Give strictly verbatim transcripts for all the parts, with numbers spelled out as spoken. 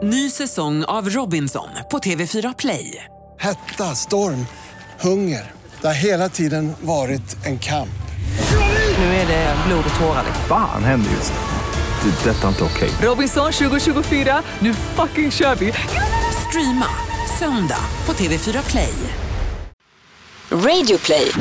Ny säsong av Robinson på T V fyra Play. Hetta, storm, hunger. Det har hela tiden varit en kamp. Nu är det blod och tårar. Fan händer just det. Det är detta inte okej. Robinson tjugo tjugofyra, nu fucking kör vi. Streama söndag på T V fyra Play. Radio Play.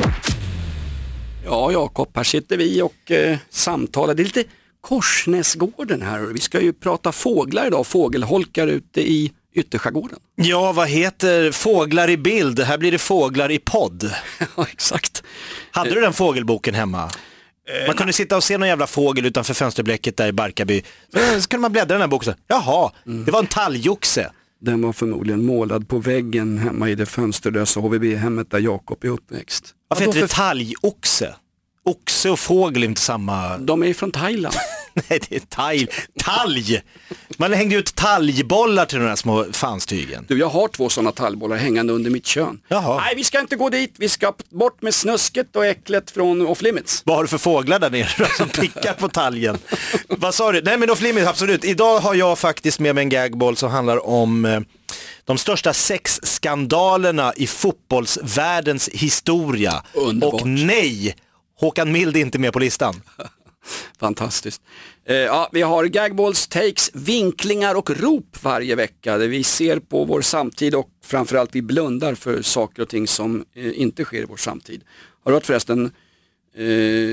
Ja, Jakob, här sitter vi och eh, samtalar. Det är lite Korsnäsgården här. Vi ska ju prata fåglar idag, fågelholkar ute i ytterskärgården. Ja, vad heter fåglar i bild? Här blir det fåglar i podd. Ja, exakt. Hade du den fågelboken hemma? Man kunde sitta och se någon jävla fågel utanför fönsterblecket där i Barkarby. Så kunde man bläddra i den här boken. Jaha, mm. det var en talgoxe. Den var förmodligen målad på väggen hemma i det fönsterlösa H V B-hemmet där Jakob är uppväxt. Varför heter det talgoxe? Oxe och fågel är inte samma... De är från Thailand. Nej, det är talg. Talg! Man hängde ut talgbollar till de här små fanstygen. Du, jag har två sådana talgbollar hängande under mitt kön. Jaha. Nej, vi ska inte gå dit. Vi ska bort med snusket och äcklet från Off Limits. Vad har du för fåglar där nere då, som pickar på talgen? Vad sa du? Nej, men Off Limits, absolut. Idag har jag faktiskt med mig en gagboll som handlar om... Eh, de största sexskandalerna i fotbollsvärldens historia. Underbart. Och nej, Håkan Mild är inte med på listan. Fantastiskt. Eh, ja, vi har gagballs, takes, vinklingar och rop varje vecka. Där vi ser på vår samtid och framförallt vi blundar för saker och ting som eh, inte sker i vår samtid. Har du hört förresten, eh,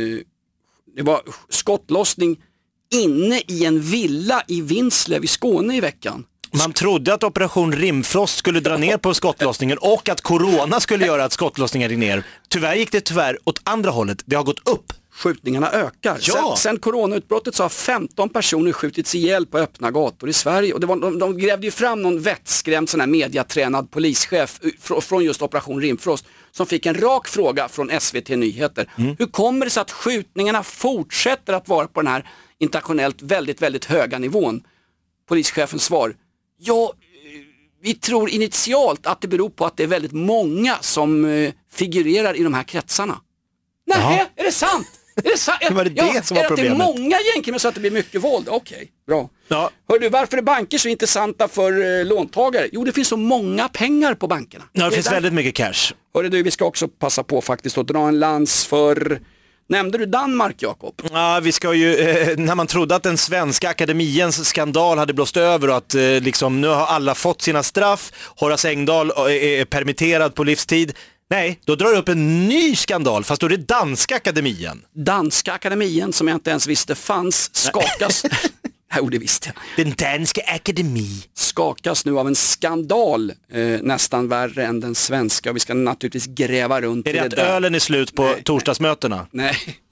det var skottlossning inne i en villa i Vinslöv i Skåne i veckan. Man trodde att Operation Rimfrost skulle dra ner på skottlossningen och att corona skulle göra att skottlossningen gick ner. Tyvärr gick det tyvärr åt andra hållet. Det har gått upp. Skjutningarna ökar. Ja. Sen, sen coronautbrottet så har femton personer skjutits ihjäl på öppna gator i Sverige. Och det var, de, de grävde ju fram någon vettskrämd sån här mediatränad polischef fr, från just Operation Rimfrost som fick en rak fråga från S V T Nyheter. Mm. Hur kommer det sig att skjutningarna fortsätter att vara på den här internationellt väldigt, väldigt höga nivån? Polischefens svar: ja, vi tror initialt att det beror på att det är väldigt många som eh, figurerar i de här kretsarna. Nej, är det sant? Är det, sa- var det, ja, det som är var det problemet? Att det är många gängkriminella så att det blir mycket våld? Okej, okay, bra. Ja. Hör du, varför är banker så intressanta för eh, låntagare? Jo, det finns så många pengar på bankerna. Ja, det, det finns där... väldigt mycket cash. Hörru du, vi ska också passa på faktiskt att dra en lans för... Nämnde du Danmark, Jakob? Ja, vi ska ju, eh, när man trodde att den svenska akademiens skandal hade blåst över och att eh, liksom, nu har alla fått sina straff, Horace Engdahl är, är permitterad på livstid. Nej, då drar det upp en ny skandal, fast då är det danska akademien. Danska akademien, som jag inte ens visste fanns, skakas... Jo, det visste jag. Den danska akademi. Skakas nu av en skandal, eh, nästan värre än den svenska. Vi ska naturligtvis gräva runt är det, i det att där. ölen är slut på nej, torsdagsmötena? Nej.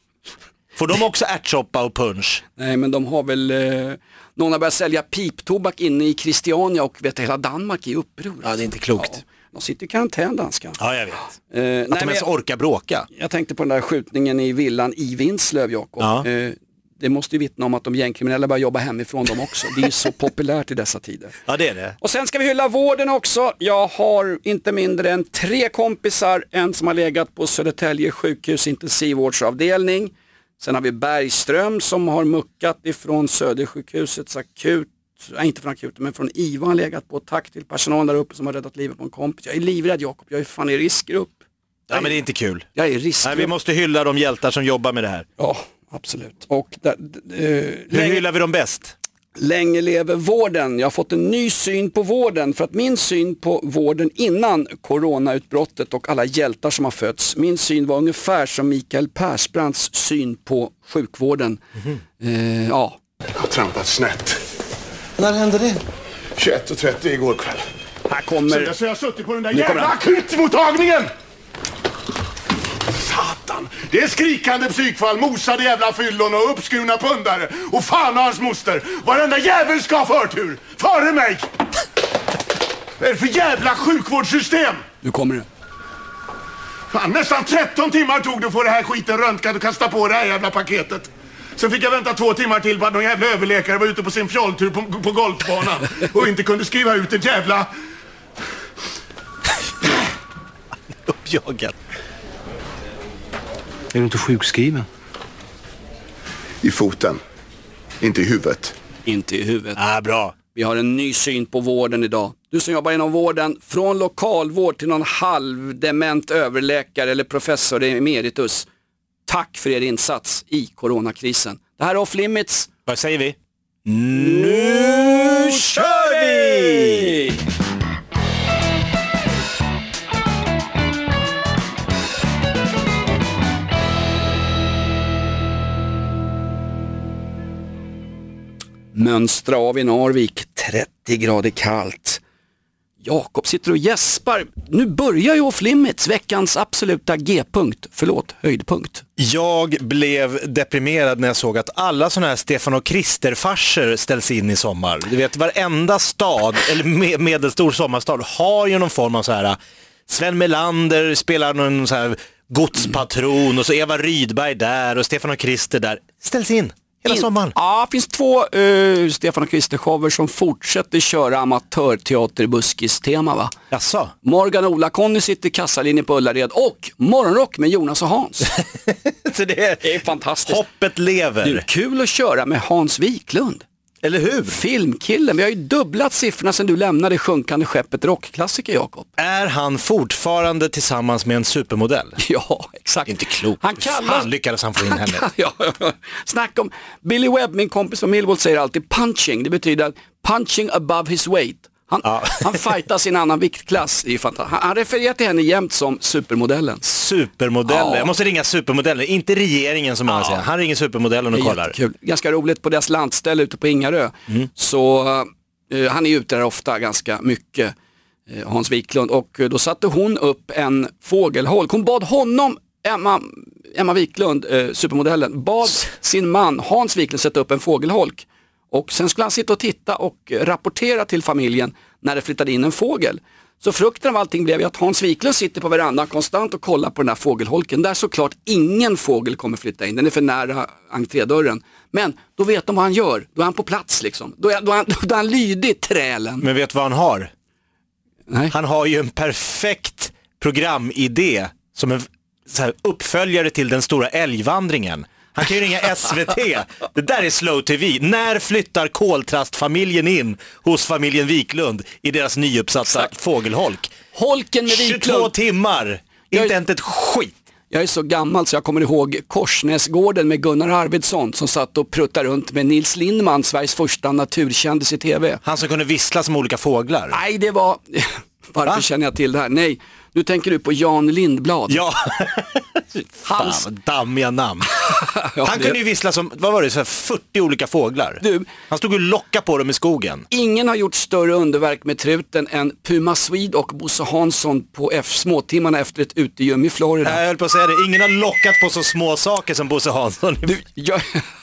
Får de också ärtsoppa och punch? Nej, men de har väl... Eh, någon har börjat sälja piptobak inne i Christiania och vet hela Danmark är uppror. Ja, det är inte klokt. Ja, de sitter i karantän, danska. Ja, jag vet. Eh, att nej, de ens jag, orkar bråka. Jag tänkte på den där skjutningen i villan i Vinslöv, Jakob. Ja. Eh, det måste ju vittna om att de gängkriminella börjar jobba hemifrån dem också. Det är så populärt i dessa tider. Ja, det är det. Och sen ska vi hylla vården också. Jag har inte mindre än tre kompisar. En som har legat på Södertälje sjukhus intensivvårdsavdelning. Sen har vi Bergström som har muckat ifrån Södersjukhusets akut. Nej, inte från akuten, men från I V A har legat på. Tack till personalen där uppe som har räddat livet på en kompis. Jag är livrädd, Jakob. Jag är fan i riskgrupp. Ja, men det är inte kul. Jag är i riskgrupp. Nej, vi måste hylla de hjältar som jobbar med det här. Ja, absolut. Och där, eh, Hur länge, hyllar vi dem bäst? länge lever vården. Jag har fått en ny syn på vården. För att min syn på vården innan coronautbrottet och alla hjältar som har fötts. Min syn var ungefär som Mikael Persbrandts syn på sjukvården. Mm-hmm. Eh, ja. Jag har trampat snett. När hände det? tjugoett och trettio igår kväll. Här kommer... Så jag har suttit på den där Nu jävla akutmottagningen! Satan! Det är skrikande psykfall, mosade jävla fyllon och uppskurna pundare. Och fan och hans moster. Varenda jävel ska ha förtur. Före mig! Vad är det för jävla sjukvårdssystem? Nu kommer det. Fan, nästan tretton timmar tog det att få det här skiten röntgat och kasta på det här jävla paketet. Sen fick jag vänta två timmar till på att någon jävla överläkare var ute på sin fjolltur på, på golfbanan och inte kunde skriva ut ett jävla... Uppjagad. Är du inte sjukskriven? I foten, inte i huvudet. Inte i huvudet. Ah, bra. Vi har en ny syn på vården idag. Du som jobbar inom vården, från lokalvård till någon halvdement överläkare eller professor emeritus. Tack för er insats i coronakrisen. Det här är Off Limits. Vad säger vi? Nu kör vi! Mönstra av i Narvik, trettio grader kallt. Jakob sitter och gäspar. Nu börjar ju Off Limits, veckans absoluta G-punkt. Förlåt, höjdpunkt. Jag blev deprimerad när jag såg att alla sådana här Stefan och Krister-farser ställs in i sommar. Du vet, varenda stad, eller med, medelstor sommarstad, har ju någon form av så här. Sven Melander spelar någon så här godspatron och så Eva Rydberg där och Stefan och Krister där. Ställs in. Hela sommaren. Ja, det finns två uh, Stefan och Krister-shower som fortsätter köra amatörteater i buskis-tema, va? Jaså? Morgan och Ola-Conny sitter i kassalinjen på Ullared och Morgonrock med Jonas och Hans. Så det är, det är fantastiskt. Hoppet lever. Det är kul att köra med Hans Wiklund. Eller hur? Filmkillen. Vi har ju dubblat siffrorna sedan du lämnade sjunkande skeppet rockklassiker, Jakob. Är han fortfarande tillsammans med en supermodell? Ja, exakt. Inte klokt. Han kallas... Fan lyckades han få in henne. ja, ja, ja. Snack om... Billy Webb, min kompis från Millwall, säger alltid punching. Det betyder punching above his weight. Han, ja. han fightas i en annan viktklass. Det är fantastiskt. Han, han refererar till henne jämt som supermodellen. Supermodellen. Ja. Jag måste ringa supermodellen. Inte regeringen som man ja. säger. Han ringer supermodellen och kollar. Jättekul. Ganska roligt på deras landställe ute på Ingarö. Mm. Så uh, han är ute där ofta ganska mycket, uh, Hans Wiklund. Och uh, då satte hon upp en fågelholk. Hon bad honom, Emma, Emma Wiklund, uh, supermodellen, bad sin man Hans Wiklund sätta upp en fågelholk. Och sen skulle han sitta och titta och rapportera till familjen när det flyttade in en fågel. Så frukten av allting blev ju att Hans Wiklund sitter på verandan konstant och kollar på den här fågelholken. Där såklart ingen fågel kommer flytta in, den är för nära entrédörren. Men då vet de vad han gör, då är han på plats liksom. Då är, då är, han, då är han lydig, trälen. Men vet vad han har? Nej. Han har ju en perfekt programidé som en så här, uppföljare till den stora älgvandringen. Han kan ju ringa S V T. Det där är slow T V. När flyttar koltrastfamiljen in hos familjen Wiklund i deras nyuppsatta Exakt. fågelholk? Holken med Wiklund. tjugotvå timmar. Jag inte är... ett skit. Jag är så gammal så jag kommer ihåg Korsnäsgården med Gunnar Arvidsson som satt och pruttade runt med Nils Lindman, Sveriges första naturkändis i tv. Han som kunde vissla som olika fåglar. Nej, det var... Varför Va? känner jag till det här? Nej, nu tänker du på Jan Lindblad. Ja, Hans... fan, dammiga namn. ja, Han det... kunde ju vissla som, vad var det, så här fyrtio olika fåglar. Du, han stod och lockade på dem i skogen. Ingen har gjort större underverk med truten än Puma Swede och Bosse Hansson på F småtimmarna efter ett utegym i Florida. Jag höll på att säga det, ingen har lockat på så små saker som Bosse Hansson. Du, jag...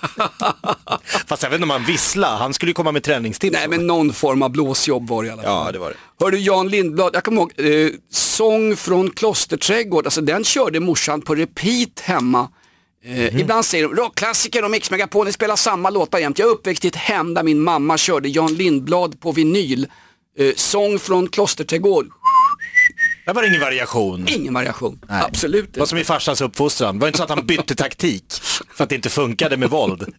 Fast jag vet inte om han vissla, han skulle ju komma med träningstips. Nej, men någon form av blåsjobb var det i alla fall. Ja, det var det. Hör du, Jan Lindblad, jag kommer ihåg, eh, sång från Klosterträdgård, alltså den körde morsan på repeat hemma. Eh, mm. Ibland säger de, rockklassiker och Mix Megapol, ni spelar samma låtar jämt. Jag är uppväxt i ett hem där min mamma körde Jan Lindblad på vinyl. Eh, sång från Klosterträdgård. Det var ingen variation. Ingen variation, Nej. Absolut inte. Det var som i farsans uppfostran, det var inte så att han bytte taktik för att det inte funkade med våld.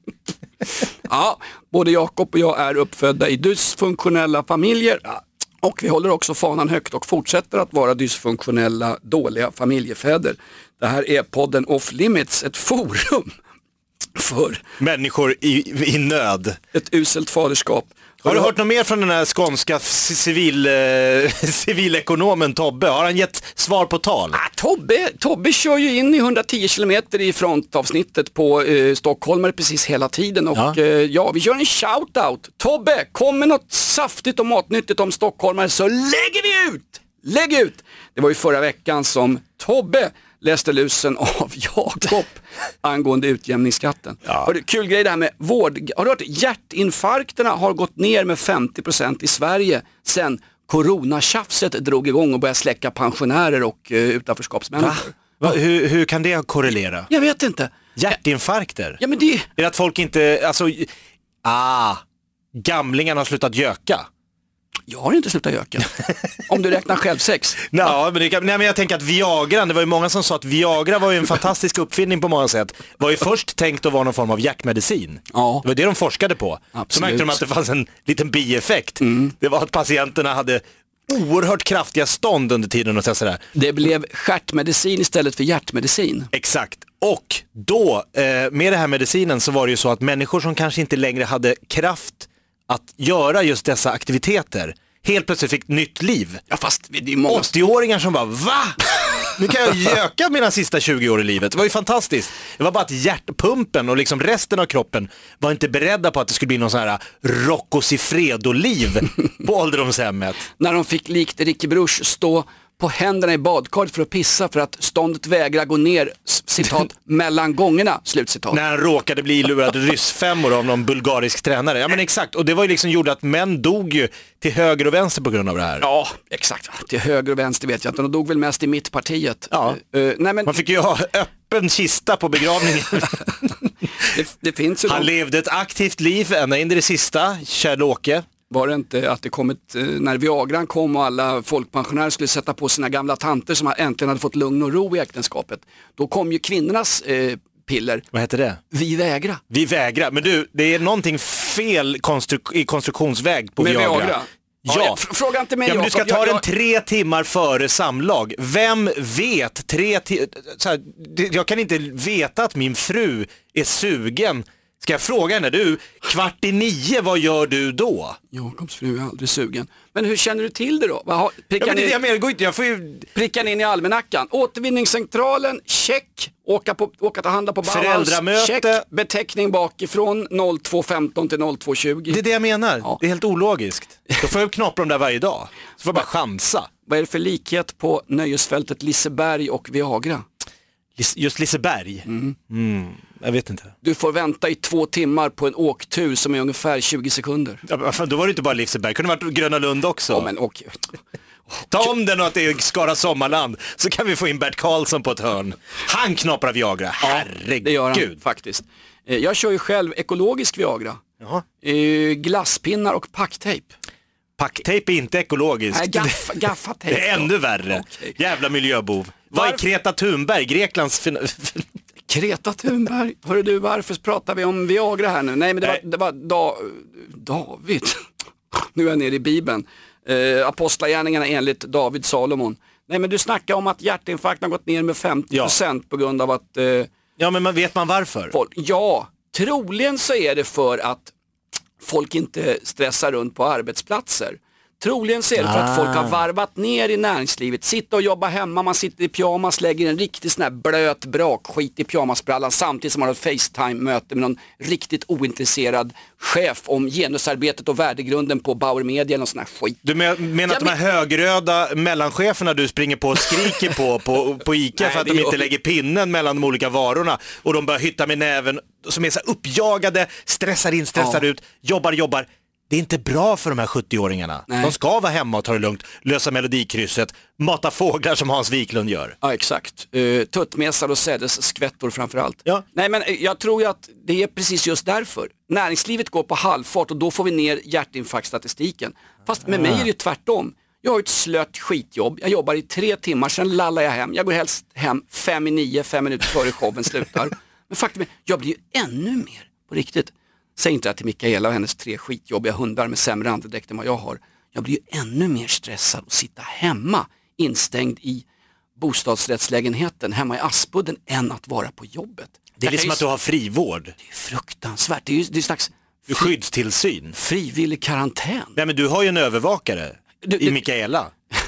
Ja, både Jakob och jag är uppfödda i dysfunktionella familjer. Och vi håller också fanan högt och fortsätter att vara dysfunktionella, dåliga familjefäder. Det här är podden Off Limits, ett forum för människor i, i nöd. Ett uselt faderskap. Har du hört något mer från den här skånska civil, eh, civilekonomen Tobbe? Har han gett svar på tal? Ah, Tobbe, Tobbe kör ju in i hundratio kilometer i frontavsnittet på eh, stockholmare precis hela tiden. Och ja. Eh, ja, vi gör en shoutout. Tobbe, kom med något saftigt och matnyttigt om stockholmare så lägger vi ut! Lägg ut! Det var ju förra veckan som Tobbe läste lusen av Jakob angående utjämningsskatten. Ja. Hörru, kul grej det här med vård. Har du hört? Hjärtinfarkterna har gått ner med femtio procent i Sverige sen coronatjafset drog igång och började släcka pensionärer och uh, utanförskapsmänniskor. Va? Va? Hur, hur kan det korrelera? Jag vet inte. Hjärtinfarkter? Ja, men det... Är det att folk inte, alltså, ah, gamlingarna har slutat göka? Jag har inte slutat göka. Om du räknar självsex. Ja, men, det kan, nej, men jag tänker att Viagra, det var ju många som sa att Viagra var ju en fantastisk uppfinning på många sätt. Var ju först tänkt att vara någon form av hjärtmedicin. Ja. Det var det de forskade på. Absolut. Så märkte de att det fanns en liten bieffekt. Mm. Det var att patienterna hade oerhört kraftiga stånd under tiden och sådär. Det blev stjärtmedicin istället för hjärtmedicin. Exakt. Och då, eh, med det här medicinen så var det ju så att människor som kanske inte längre hade kraft att göra just dessa aktiviteter helt plötsligt fick nytt liv. Ja, fast det är många... åttio-åringar som bara, va? Nu kan jag göka mina sista tjugo år i livet. Det var ju fantastiskt. Det var bara att hjärtpumpen och liksom resten av kroppen var inte beredda på att det skulle bli någon sån här Rocco Siffredo-liv på ålderdomshemmet. När de fick likt Ricky Bruch stå på händerna i badkaret för att pissa för att ståndet vägrar gå ner, citat, mellan gångerna, slutcitat. När han råkade bli lurad ryssfemmor av någon bulgarisk tränare. Ja men exakt, och det var ju liksom gjorde att män dog ju till höger och vänster på grund av det här. Ja, exakt. Till höger och vänster vet jag inte. De dog väl mest i mittpartiet. Ja. Uh, nej, men... Man fick ju ha öppen kista på begravningen. det, det finns ju han någon... levde ett aktivt liv ända in i det sista, Kjell-Åke. Var det inte att det kommit, när Viagran kom och alla folkpensionärer skulle sätta på sina gamla tanter som äntligen hade fått lugn och ro i äktenskapet. Då kom ju kvinnornas eh, piller. Vad heter det? Vi vägra. Vi vägra. Men du, det är någonting fel konstru- i konstruktionsväg på Med Viagra. Viagra. Ja, ja f- fråga inte mig. ja, men du ska jag, ta jag, den jag... tre timmar före samlag. Vem vet tre ti- så här, det, jag kan inte veta att min fru är sugen. Ska jag fråga henne, du, kvart i nio, vad gör du då? Jakobs fru är aldrig sugen. Men hur känner du till det då? Vad ja, men det är det jag menar, gå inte, jag får ju... Pricka in i almanackan. Återvinningscentralen, check. Åka, på, åka till handla på Bauhaus, Föräldramöte. check. Beteckning bakifrån noll två femton till noll två tjugo. Det är det jag menar, ja. Det är helt ologiskt. Då får jag knapra dem där varje dag. Så får jag bara chansa. Vad är det för likhet på nöjesfältet Liseberg och Viagra? Just Liseberg? Mm. Mm, jag vet inte. Du får vänta i två timmar på en åktur som är ungefär tjugo sekunder. Ja, fan, då var det inte bara Liseberg, kunde varit Gröna Lund också. Ja, men åk... Ta om den och att det är Skara Sommarland, så kan vi få in Bert Karlsson på ett hörn. Han knaprar Viagra, herregud. Det gör han faktiskt. Jag kör ju själv ekologisk Viagra. Jaha. Glasspinnar och packtejp. Packtejp är inte ekologiskt. Nej, gaff, gaffatejp. Det är ännu värre. Okay. Jävla miljöbov. Vad är Kreta Thunberg, Greklands... Fin- Kreta Thunberg? Hörru du, varför pratar vi om Viagra här nu? Nej, men det var, det var da, David. Nu är jag nere i Bibeln. Eh, Apostlagärningarna enligt David Salomon. Nej, men du snackar om att hjärtinfarkten har gått ner med femtio procent ja. På grund av att... Eh, ja, men man vet man varför? Folk, ja, troligen så är det för att folk inte stressar runt på arbetsplatser. Troligen så är det för att folk har varvat ner i näringslivet. Sitta och jobba hemma, man sitter i pyjamas, lägger en riktigt sån här blöt brakskit i pyjamasbrallan samtidigt som man har ett FaceTime-möte med någon riktigt ointresserad chef om genusarbetet och värdegrunden på Bauer Media eller någon sån här skit. Du men, menar att de här högröda mellancheferna du springer på och skriker på på, på Ica för att de inte lägger pinnen mellan de olika varorna och de börjar hytta med näven, som är så uppjagade, stressar in, stressar ja. ut, jobbar, jobbar. Det är inte bra för de här sjuttio-åringarna. Nej. De ska vara hemma och ta det lugnt, lösa melodikrysset, mata fåglar som Hans Wiklund gör. Ja, exakt. Uh, tuttmesar och sädesskvättor framförallt. Ja. Nej, men jag tror ju att det är precis just därför. Näringslivet går på halvfart och då får vi ner hjärtinfarktstatistiken. Fast med ah. mig är det ju tvärtom. Jag har ett slött skitjobb. Jag jobbar i tre timmar, sen lallar jag hem. Jag går helst hem fem i nio, fem minuter före showen slutar. Men faktum är, jag blir ju ännu mer på riktigt. Säg inte det till Mikaela och hennes tre skitjobbiga hundar med sämre andedräkt än vad jag har. Jag blir ju ännu mer stressad att sitta hemma instängd i bostadsrättslägenheten hemma i Aspudden än att vara på jobbet. Det är liksom att du har frivård. Det är fruktansvärt. Det är ju det är slags fri... skyddstillsyn. Frivillig karantän. Nej, men du har ju en övervakare du, i det... Mikaela.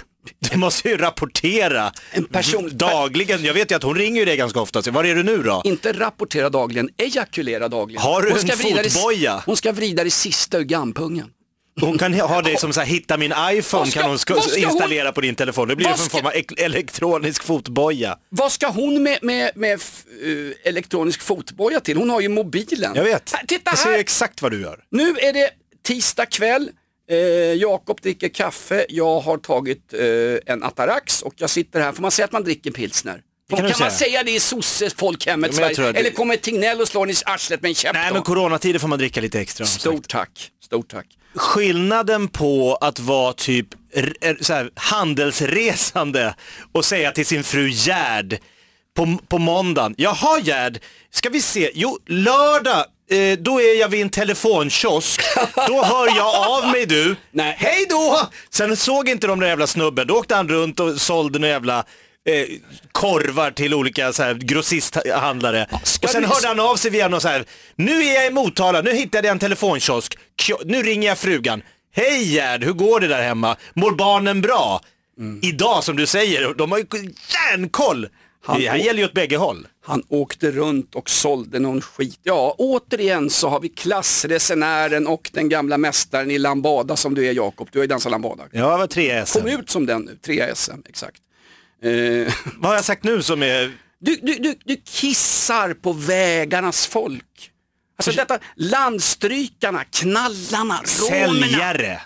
Du måste ju rapportera en person dagligen. Jag vet ju att hon ringer ju dig ganska ofta. Så var är du nu då? Inte rapportera dagligen, ejakulera dagligen. Har du hon en fotboja? I, hon ska vrida det sista ur gampungen. Hon kan ha det som så här, hitta min iPhone ska, kan hon ska, ska installera hon, på din telefon. Det blir en form av elektronisk fotboja. Vad ska hon med, med, med uh, elektronisk fotboja till? Hon har ju mobilen. Jag vet, här, titta jag ser här. exakt vad du gör. Nu är det tisdag kväll. Eh, Jakob dricker kaffe. Jag har tagit eh, en Atarax och jag sitter här. Får man säga att man dricker pilsner? Kan, kan man säga det i sosse folkhemmet ja, Sverige? Det... Eller kommer Tegnell och slår i arslet med en käpp? Nej, men coronatider får man dricka lite extra. Stort tack, stort tack. Skillnaden på att vara typ så här, handelsresande och säga till sin fru Gerd på, på måndagen, jaha Gerd, ska vi se, jo lördag, eh, då är jag vid en telefonkiosk, då hör jag av mig du, nej. Hej då! Sen såg inte de där jävla snubben, då åkte han runt och sålde några jävla eh, korvar till olika så här, grossisthandlare. Ja, och sen vi... hörde han av sig via någon så här, nu är jag i Motala, nu hittade jag en telefonkiosk, Kio... nu ringer jag frugan. Hej Gerd, hur går det där hemma? Mår barnen bra? Mm. Idag som du säger, de har ju järnkoll. Han det här gäller ju åt bägge håll. Han åkte runt och sålde någon skit. Ja, återigen så har vi klassresenären och den gamla mästaren i lambada som du är, Jakob. Du har ju dansat lambada. Ja, det var tre S M. Kom ut som den nu, tre S M, exakt. Eh... Vad har jag sagt nu som är... Du, du, du, du kissar på vägarnas folk. Alltså detta, landstrykarna, knallarna, romerna. Säljare.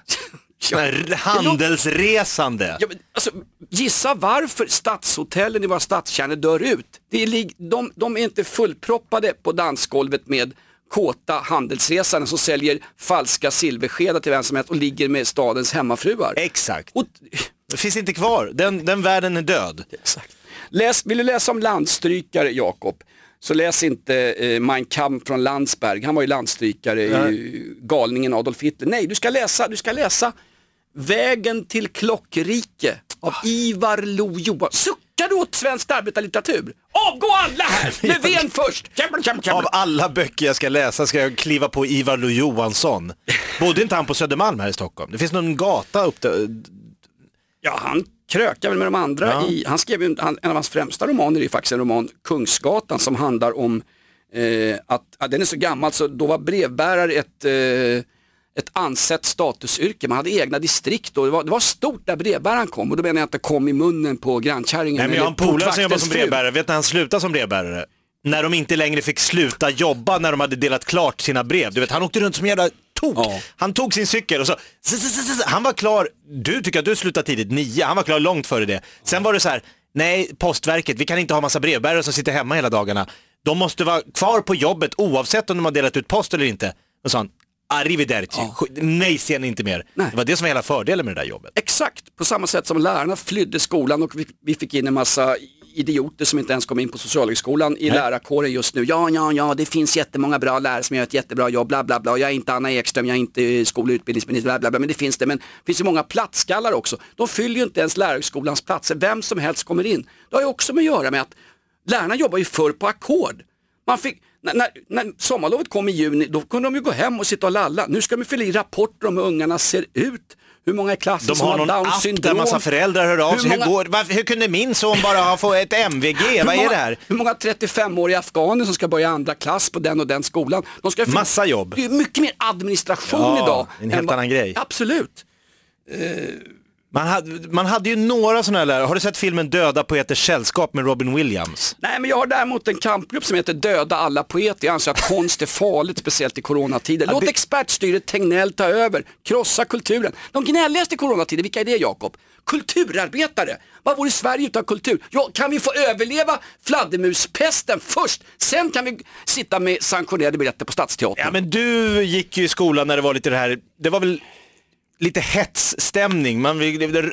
Handelsresande. Ja, men, alltså, gissa varför stadshotellen i våra stadskärnor dör ut. Det är, de, de är inte fullproppade på dansgolvet med kåta handelsresande som säljer falska silverskedar till vem som helst och ligger med stadens hemmafruar. Exakt. Och, det finns inte kvar. Den, den världen är död. Exakt. Läs, vill du läsa om landstrykare, Jakob? Så läs inte eh, Mein Kampf från Landsberg. Han var ju landstrykare ja. i galningen Adolf Hitler. Nej, du ska läsa, du ska läsa Vägen till Klockrike av Ivar Lo-Johansson. Suckar du åt svensk arbetarlitteratur? Avgå alla här! Löfven först! Kämpa, kämpa, kämpa. Av alla böcker jag ska läsa ska jag kliva på Ivar Lo-Johansson. Bodde inte han på Södermalm här i Stockholm? Det finns någon gata upp där. Ja, han krökar väl med de andra. Ja. I, han skrev ju, han, en av hans främsta romaner är faktiskt en roman, Kungsgatan, som handlar om eh, att, att den är så gammal så då var brevbärare ett, eh, ett ansett statusyrke. Man hade egna distrikt och det var, det var stort där brevbäraren kom och då menar jag att det kom i munnen på grannkärringen. Nej, men jag har en polare som jobbar som brevbärare. Vet när han slutade som brevbärare? När de inte längre fick sluta jobba när de hade delat klart sina brev. Du vet, han åkte runt som jävla tok. Ja. Han tog sin cykel och så han var klar, du tycker att du slutade tidigt, nio, han var klar långt före det. Sen var det så här, nej, Postverket, vi kan inte ha massa brevbärare som sitter hemma hela dagarna. De måste vara kvar på jobbet oavsett om de har delat ut post eller inte. Och så han, arrivederci, ja. Nej, ser ni inte mer. Nej. Det var det som var hela fördelen med det där jobbet. Exakt, på samma sätt som lärarna flydde skolan och vi, vi fick in en massa idioter som inte ens kom in på socialhögskolan i Nej. lärarkåren just nu. Ja, ja, ja, det finns jättemånga bra lärare som gör ett jättebra jobb, bla bla bla. Jag är inte Anna Ekström, jag är inte skol- och utbildningsminister, bla bla bla, men det finns det. Men det finns ju många platsskallar också. De fyller ju inte ens lärarhögskolans platser. Vem som helst kommer in. Det har ju också med att göra med att lärarna jobbar ju förr på ackord. Man fick... När, när, när sommarlovet kom i juni, då kunde de ju gå hem och sitta och lalla. Nu ska de fylla i rapporter om hur ungarna ser ut. Hur många i klassen de som har, har Down app syndrom. där massa föräldrar hör av sig. Hur, många... hur, går, varför, hur kunde min son bara ha fått ett M V G? Vad många, är det här? Hur många trettiofemåriga afghaner som ska börja andra klass på den och den skolan? De ska massa jobb. Det är mycket mer administration ja, idag. En helt annan grej. Absolut. Uh... Man hade, man hade ju några sådana här lärare. Har du sett filmen Döda poeters sällskap med Robin Williams? Nej, men jag har däremot en kampgrupp som heter Döda alla poeter. Jag anser att konst är farligt, speciellt i coronatider. Låt expertstyret Tegnell ta över, krossa kulturen. De gnälligaste i coronatider, vilka är det, Jakob? Kulturarbetare. Vad vore Sverige utan kultur? Ja, kan vi få överleva fladdermuspesten först? Sen kan vi sitta med sanktionerade biljetter på Stadsteatern. Ja, men du gick ju i skolan när det var lite det här, det var väl lite hetsstämning. Man,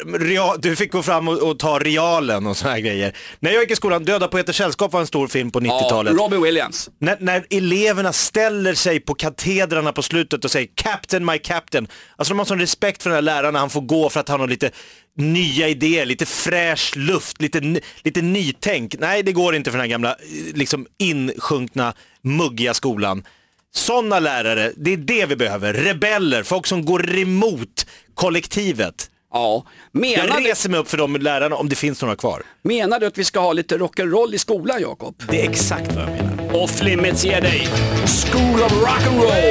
du fick gå fram och, och ta realen och såna här grejer. När jag gick i skolan, Döda poeters sällskap var en stor film på nittiotalet. Ja, Robin Williams. När, när eleverna ställer sig på katedrarna på slutet och säger Captain, my captain. Alltså de har sån respekt för den här läraren när han får gå för att han har lite nya idéer, lite fräsch luft, lite, lite nytänk. Nej, det går inte för den här gamla liksom insjunkna, muggiga skolan. Sådana lärare, det är det vi behöver. Rebeller, folk som går emot kollektivet. Ja, menar jag reser mig upp för de lärarna om det finns några kvar. Menar du att vi ska ha lite rock'n'roll i skolan, Jakob? Det är exakt vad jag menar. Off Limits ger dig School of Rock'n'Roll.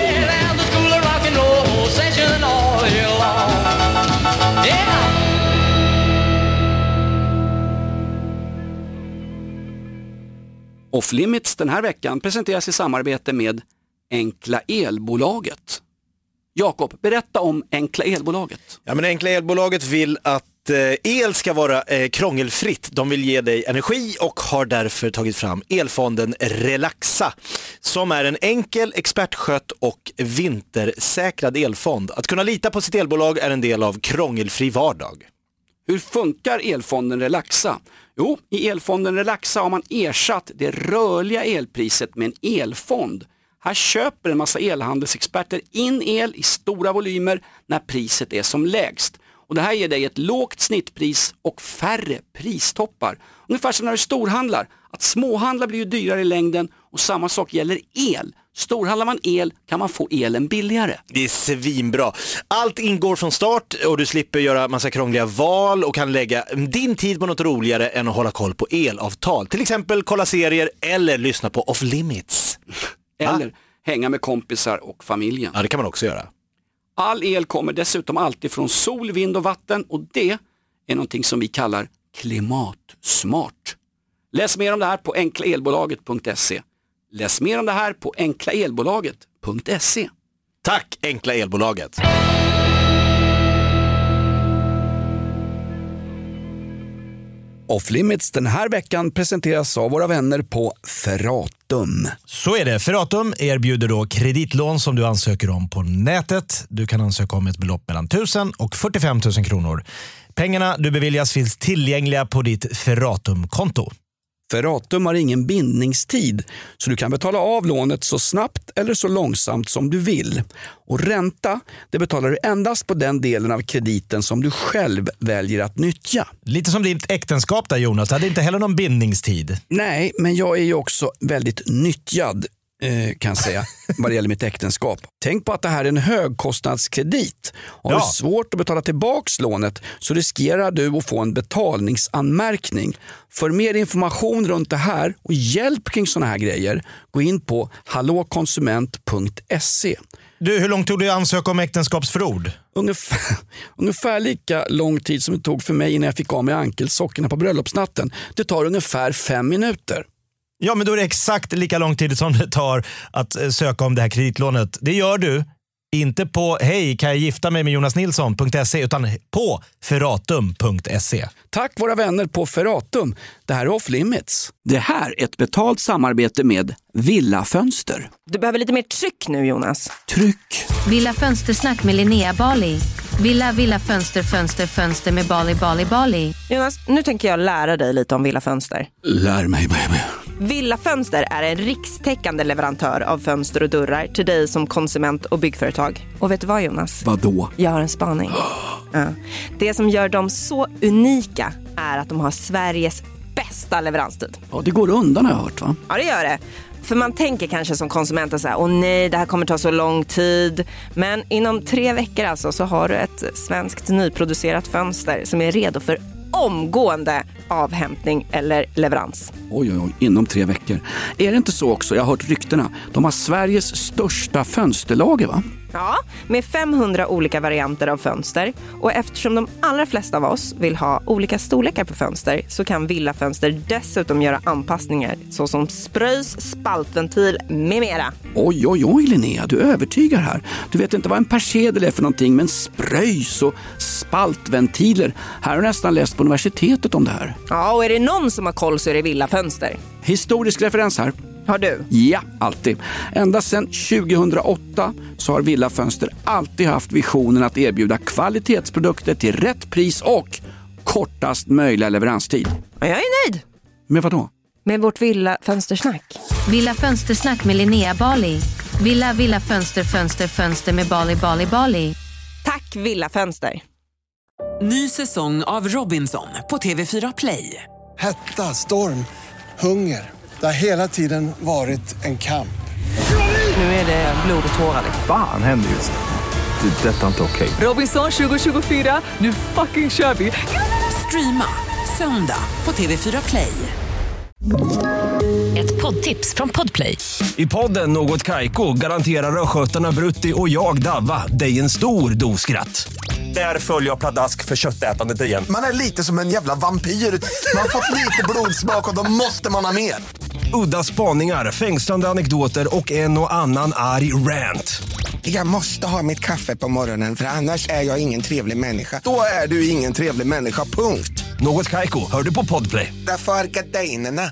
Off Limits den här veckan presenteras i samarbete med Enkla Elbolaget. Jakob, berätta om Enkla Elbolaget. Ja, men Enkla Elbolaget vill att att eh, el ska vara eh, krångelfritt. De vill ge dig energi och har därför tagit fram elfonden Relaxa, som är en enkel, expertskött och vintersäkrad elfond. Att kunna lita på sitt elbolag är en del av krångelfri vardag. Hur funkar elfonden Relaxa? Jo, i elfonden Relaxa har man ersatt det rörliga elpriset med en elfond. Här köper en massa elhandelsexperter in el i stora volymer när priset är som lägst. Och det här ger dig ett lågt snittpris och färre pristoppar. Ungefär som när du storhandlar. Att småhandla blir ju dyrare i längden och samma sak gäller el. Storhandlar man el kan man få elen billigare. Det är svinbra. Allt ingår från start och du slipper göra massa krångliga val och kan lägga din tid på något roligare än att hålla koll på elavtal. Till exempel kolla serier eller lyssna på Off Limits. Eller hänga med kompisar och familjen. Ja, det kan man också göra. All el kommer dessutom alltid från sol, vind och vatten och det är någonting som vi kallar klimatsmart. Läs mer om det här på enkla elbolaget punkt se. Läs mer om det här på enkla elbolaget punkt se. Tack, Enkla Elbolaget. Off Limits den här veckan presenteras av våra vänner på Ferratum. Så är det. Ferratum erbjuder då kreditlån som du ansöker om på nätet. Du kan ansöka om ett belopp mellan tusen och fyrtiofem tusen kronor. Pengarna du beviljas finns tillgängliga på ditt Ferratum-konto. Ferratum har ingen bindningstid så du kan betala av lånet så snabbt eller så långsamt som du vill. Och ränta, det betalar du endast på den delen av krediten som du själv väljer att nyttja. Lite som ditt äktenskap där, Jonas. Det hade inte heller någon bindningstid. Nej, men jag är ju också väldigt nyttjad eh, kan jag säga vad det gäller mitt äktenskap. Tänk på att det här är en högkostnadskredit. Har Ja. du svårt att betala tillbaks lånet så riskerar du att få en betalningsanmärkning. För mer information runt det här och hjälp kring såna här grejer, gå in på hallå konsument punkt se. Du, hur långt tog det att ansöka om äktenskapsförord? Ungefär, ungefär lika lång tid som det tog för mig innan jag fick av mig ankelsockorna på bröllopsnatten. Det tar ungefär fem minuter. Ja, men då är det exakt lika lång tid som det tar att eh, söka om det här kreditlånet. Det gör du inte på hej, kan jag gifta mig med Jonas Nilsson punkt se utan på ferratum punkt se. Tack våra vänner på Ferratum. Det här är Off Limits. Det här är ett betalt samarbete med Villa Fönster. Du behöver lite mer tryck nu, Jonas. Tryck. Villa Fönstersnack med Linnea Bali. Villa, Villa Fönster, Fönster, Fönster med Bali, Bali, Bali. Jonas, nu tänker jag lära dig lite om Villa Fönster. Lär mig, baby. Villa Fönster är en rikstäckande leverantör av fönster och dörrar till dig som konsument och byggföretag. Och vet du vad, Jonas? Vadå? Jag har en spaning. Ja. Det som gör dem så unika är att de har Sveriges bästa leveranstid. Ja, det går undan har jag hört, va? Ja, det gör det. För man tänker kanske som konsument så här, åh nej, det här kommer ta så lång tid. Men inom tre veckor alltså så har du ett svenskt nyproducerat fönster som är redo för omgående avhämtning eller leverans. Oj, oj, oj, inom tre veckor. Är det inte så också? Jag har hört ryktena. De har Sveriges största fönsterlager, va? Ja, med femhundra olika varianter av fönster. Och eftersom de allra flesta av oss vill ha olika storlekar på fönster så kan Villa Fönster dessutom göra anpassningar såsom spröjs, spaltventil med mera. Oj, oj, oj, Linnea, du övertygar här. Du vet inte vad en persedel är för någonting, men spröjs och spaltventiler. Här har jag nästan läst på universitetet om det här. Ja, och är det någon som har koll så är det Villa Fönster. Historisk referens här. Har du? Ja, alltid. Ända sedan tjugohundraåtta så har Villa Fönster alltid haft visionen att erbjuda kvalitetsprodukter till rätt pris och kortast möjliga leveranstid. Ja, jag är nöjd. Med vad då? Med vårt Villa Fönstersnack. Villa Fönstersnack med Linnea Bali. Villa, Villa Fönster, Fönster, Fönster med Bali, Bali, Bali. Tack Villa Fönster. Ny säsong av Robinson på T V fyra Play. Hetta, storm, hunger. Det har hela tiden varit en kamp. Nu är det blod och tårar. Fan händer just det. Det är detta inte okej. Robinson tjugo tjugofyra, nu fucking kör vi. Streama söndag på T V fyra Play. Ett poddtips från Podplay. I podden Något Kaiko garanterar östgötarna Brutti och jag Davva dig en stor dos skratt. Där följer jag pladask för köttätandet igen. Man är lite som en jävla vampyr. Man har fått lite blodsmak och då måste man ha mer. Udda spaningar, fängslande anekdoter och en och annan arg rant. Jag måste ha mitt kaffe på morgonen för annars är jag ingen trevlig människa. Då är du ingen trevlig människa, punkt. Något Kaiko, hör du på Podplay. Därför är gardinerna.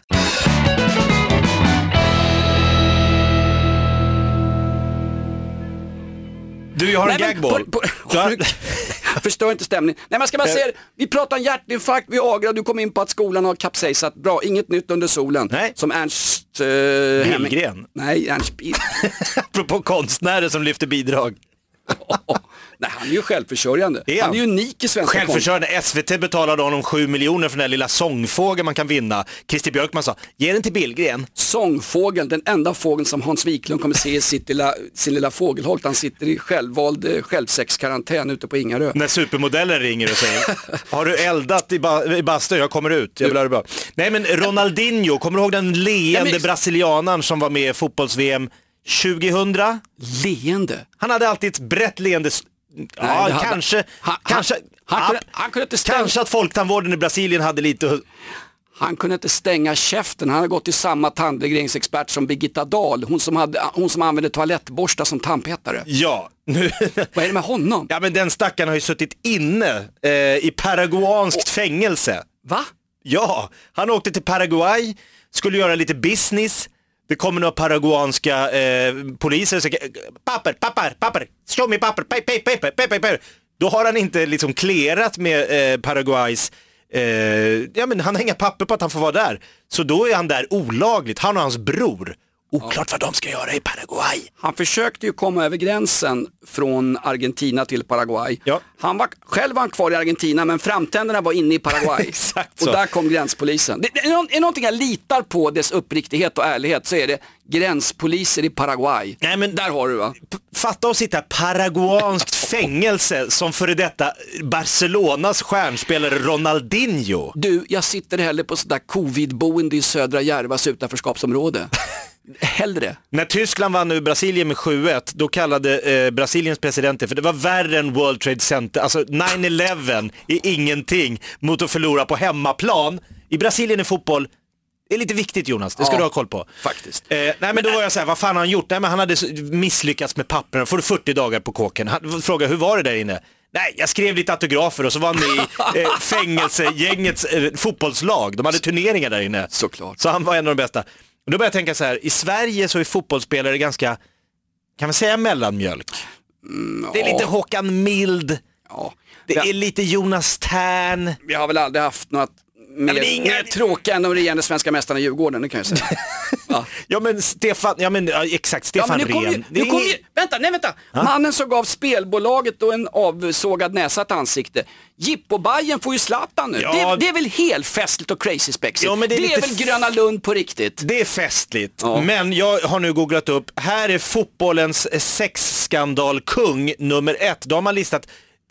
Du, jag har en Nej, gagboll. På, på, förstör inte stämningen. Nej, man ska bara säga, vi pratar om hjärtinfarkt vid Agra, du kom in på att skolan har kapsejsat. Bra, inget nytt under solen. Nej. Som Ernst uh, Hellgren. Nej, Ernst Bill. Apropå konstnärer som lyfter bidrag. Oh, nej, han är ju självförsörjande. Är han? han är ju unik i svenska Självförsörjande. S V T betalade honom sju miljoner för den här lilla sångfågeln man kan vinna. Christer Björkman sa, ge den till Billgren. Sångfågeln, den enda fågeln som Hans Wiklund kommer se i sitt lilla, sin lilla fågelholt. Han sitter i självvald eh, självsexkarantän ute på Ingarö. När supermodellen ringer och säger, har du eldat i, ba- i bastu? Jag kommer ut, jag vill ha det bra. Nej, men Ronaldinho, kommer du ihåg den leende men... brasilianaren som var med i fotbolls-V M tjugohundra? Leende? Han hade alltid ett brett leende. Ja, Nej, kanske, hade... han, kanske, han, han, ja, kunde, han kunde inte stänga... kanske att folktandvården i Brasilien hade lite... Han kunde inte stänga käften. Han hade gått till samma tandregleringsexpert som Birgitta Dahl. Hon som, hade, hon som använde toalettborstar som tandpetare. Ja. Nu... Vad är det med honom? Ja, men den stackaren har ju suttit inne eh, i paraguanskt oh. fängelse. Va? Ja, han åkte till Paraguay, skulle göra lite business. Det kommer några paraguanska eh, poliser och säger, papper, papper, papper, show me papper, paper, paper, paper, paper. Då har han inte liksom klerat med eh, Paraguays, eh, ja men han har inga papper på att han får vara där. Så då är han där olagligt, han och hans bror. Oklart vad de ska göra i Paraguay. Han försökte ju komma över gränsen från Argentina till Paraguay. Ja. Han var, själv var han kvar i Argentina men framtänderna var inne i Paraguay. Exakt och så. där kom gränspolisen. Det, det är, nå- är någonting jag litar på dess uppriktighet och ärlighet så är det gränspoliser i Paraguay. Nej, men där har du va? P- fatta att sitta i paraguanskt fängelse som före detta Barcelonas stjärnspelare Ronaldinho. Du, jag sitter hellre på sådär covidboende i södra Järvas utanförskapsområde. Hellre. När Tyskland vann över Brasilien med sju ett, då kallade eh, Brasiliens president det för det var värre än World Trade Center. Alltså nio elva är ingenting mot att förlora på hemmaplan. I Brasilien är fotboll, det är lite viktigt Jonas, det ska ja, du ha koll på. Faktiskt. Eh, nej men, men då var jag så här, vad fan har han gjort? Nej men han hade misslyckats med papperna, får du fyrtio dagar på kåken. Han frågade, hur var det där inne? Nej, jag skrev lite autografer och så var han med i eh, fängelsegängets eh, fotbollslag. De hade turneringar där inne. Såklart. Så han var en av de bästa. Och då börjar jag tänka så här, i Sverige så är fotbollsspelare ganska, kan man säga mellanmjölk? Mm, det är lite Håkan Mild, ja. det ja. är lite Jonas Tern. Vi har väl aldrig haft något mer, Nej, inga... mer tråkiga än de regerande svenska mästarna i Djurgården, det kan jag säga. Ja. ja men Stefan, ja men ja, exakt, Stefan ja, Rehn. Ju, nu kom ju, vänta, nej vänta. Ha? Mannen som gav spelbolaget då en avsågad näsa ett ansikte. Jippo-Bajen får ju Zlatan nu. Ja. Det, det är väl helt festligt och crazy spexigt. Ja, men det är, det är lite väl Gröna Lund på riktigt. Det är festligt, ja. Men jag har nu googlat upp, här är fotbollens sexskandalkung nummer ett. Då har man listat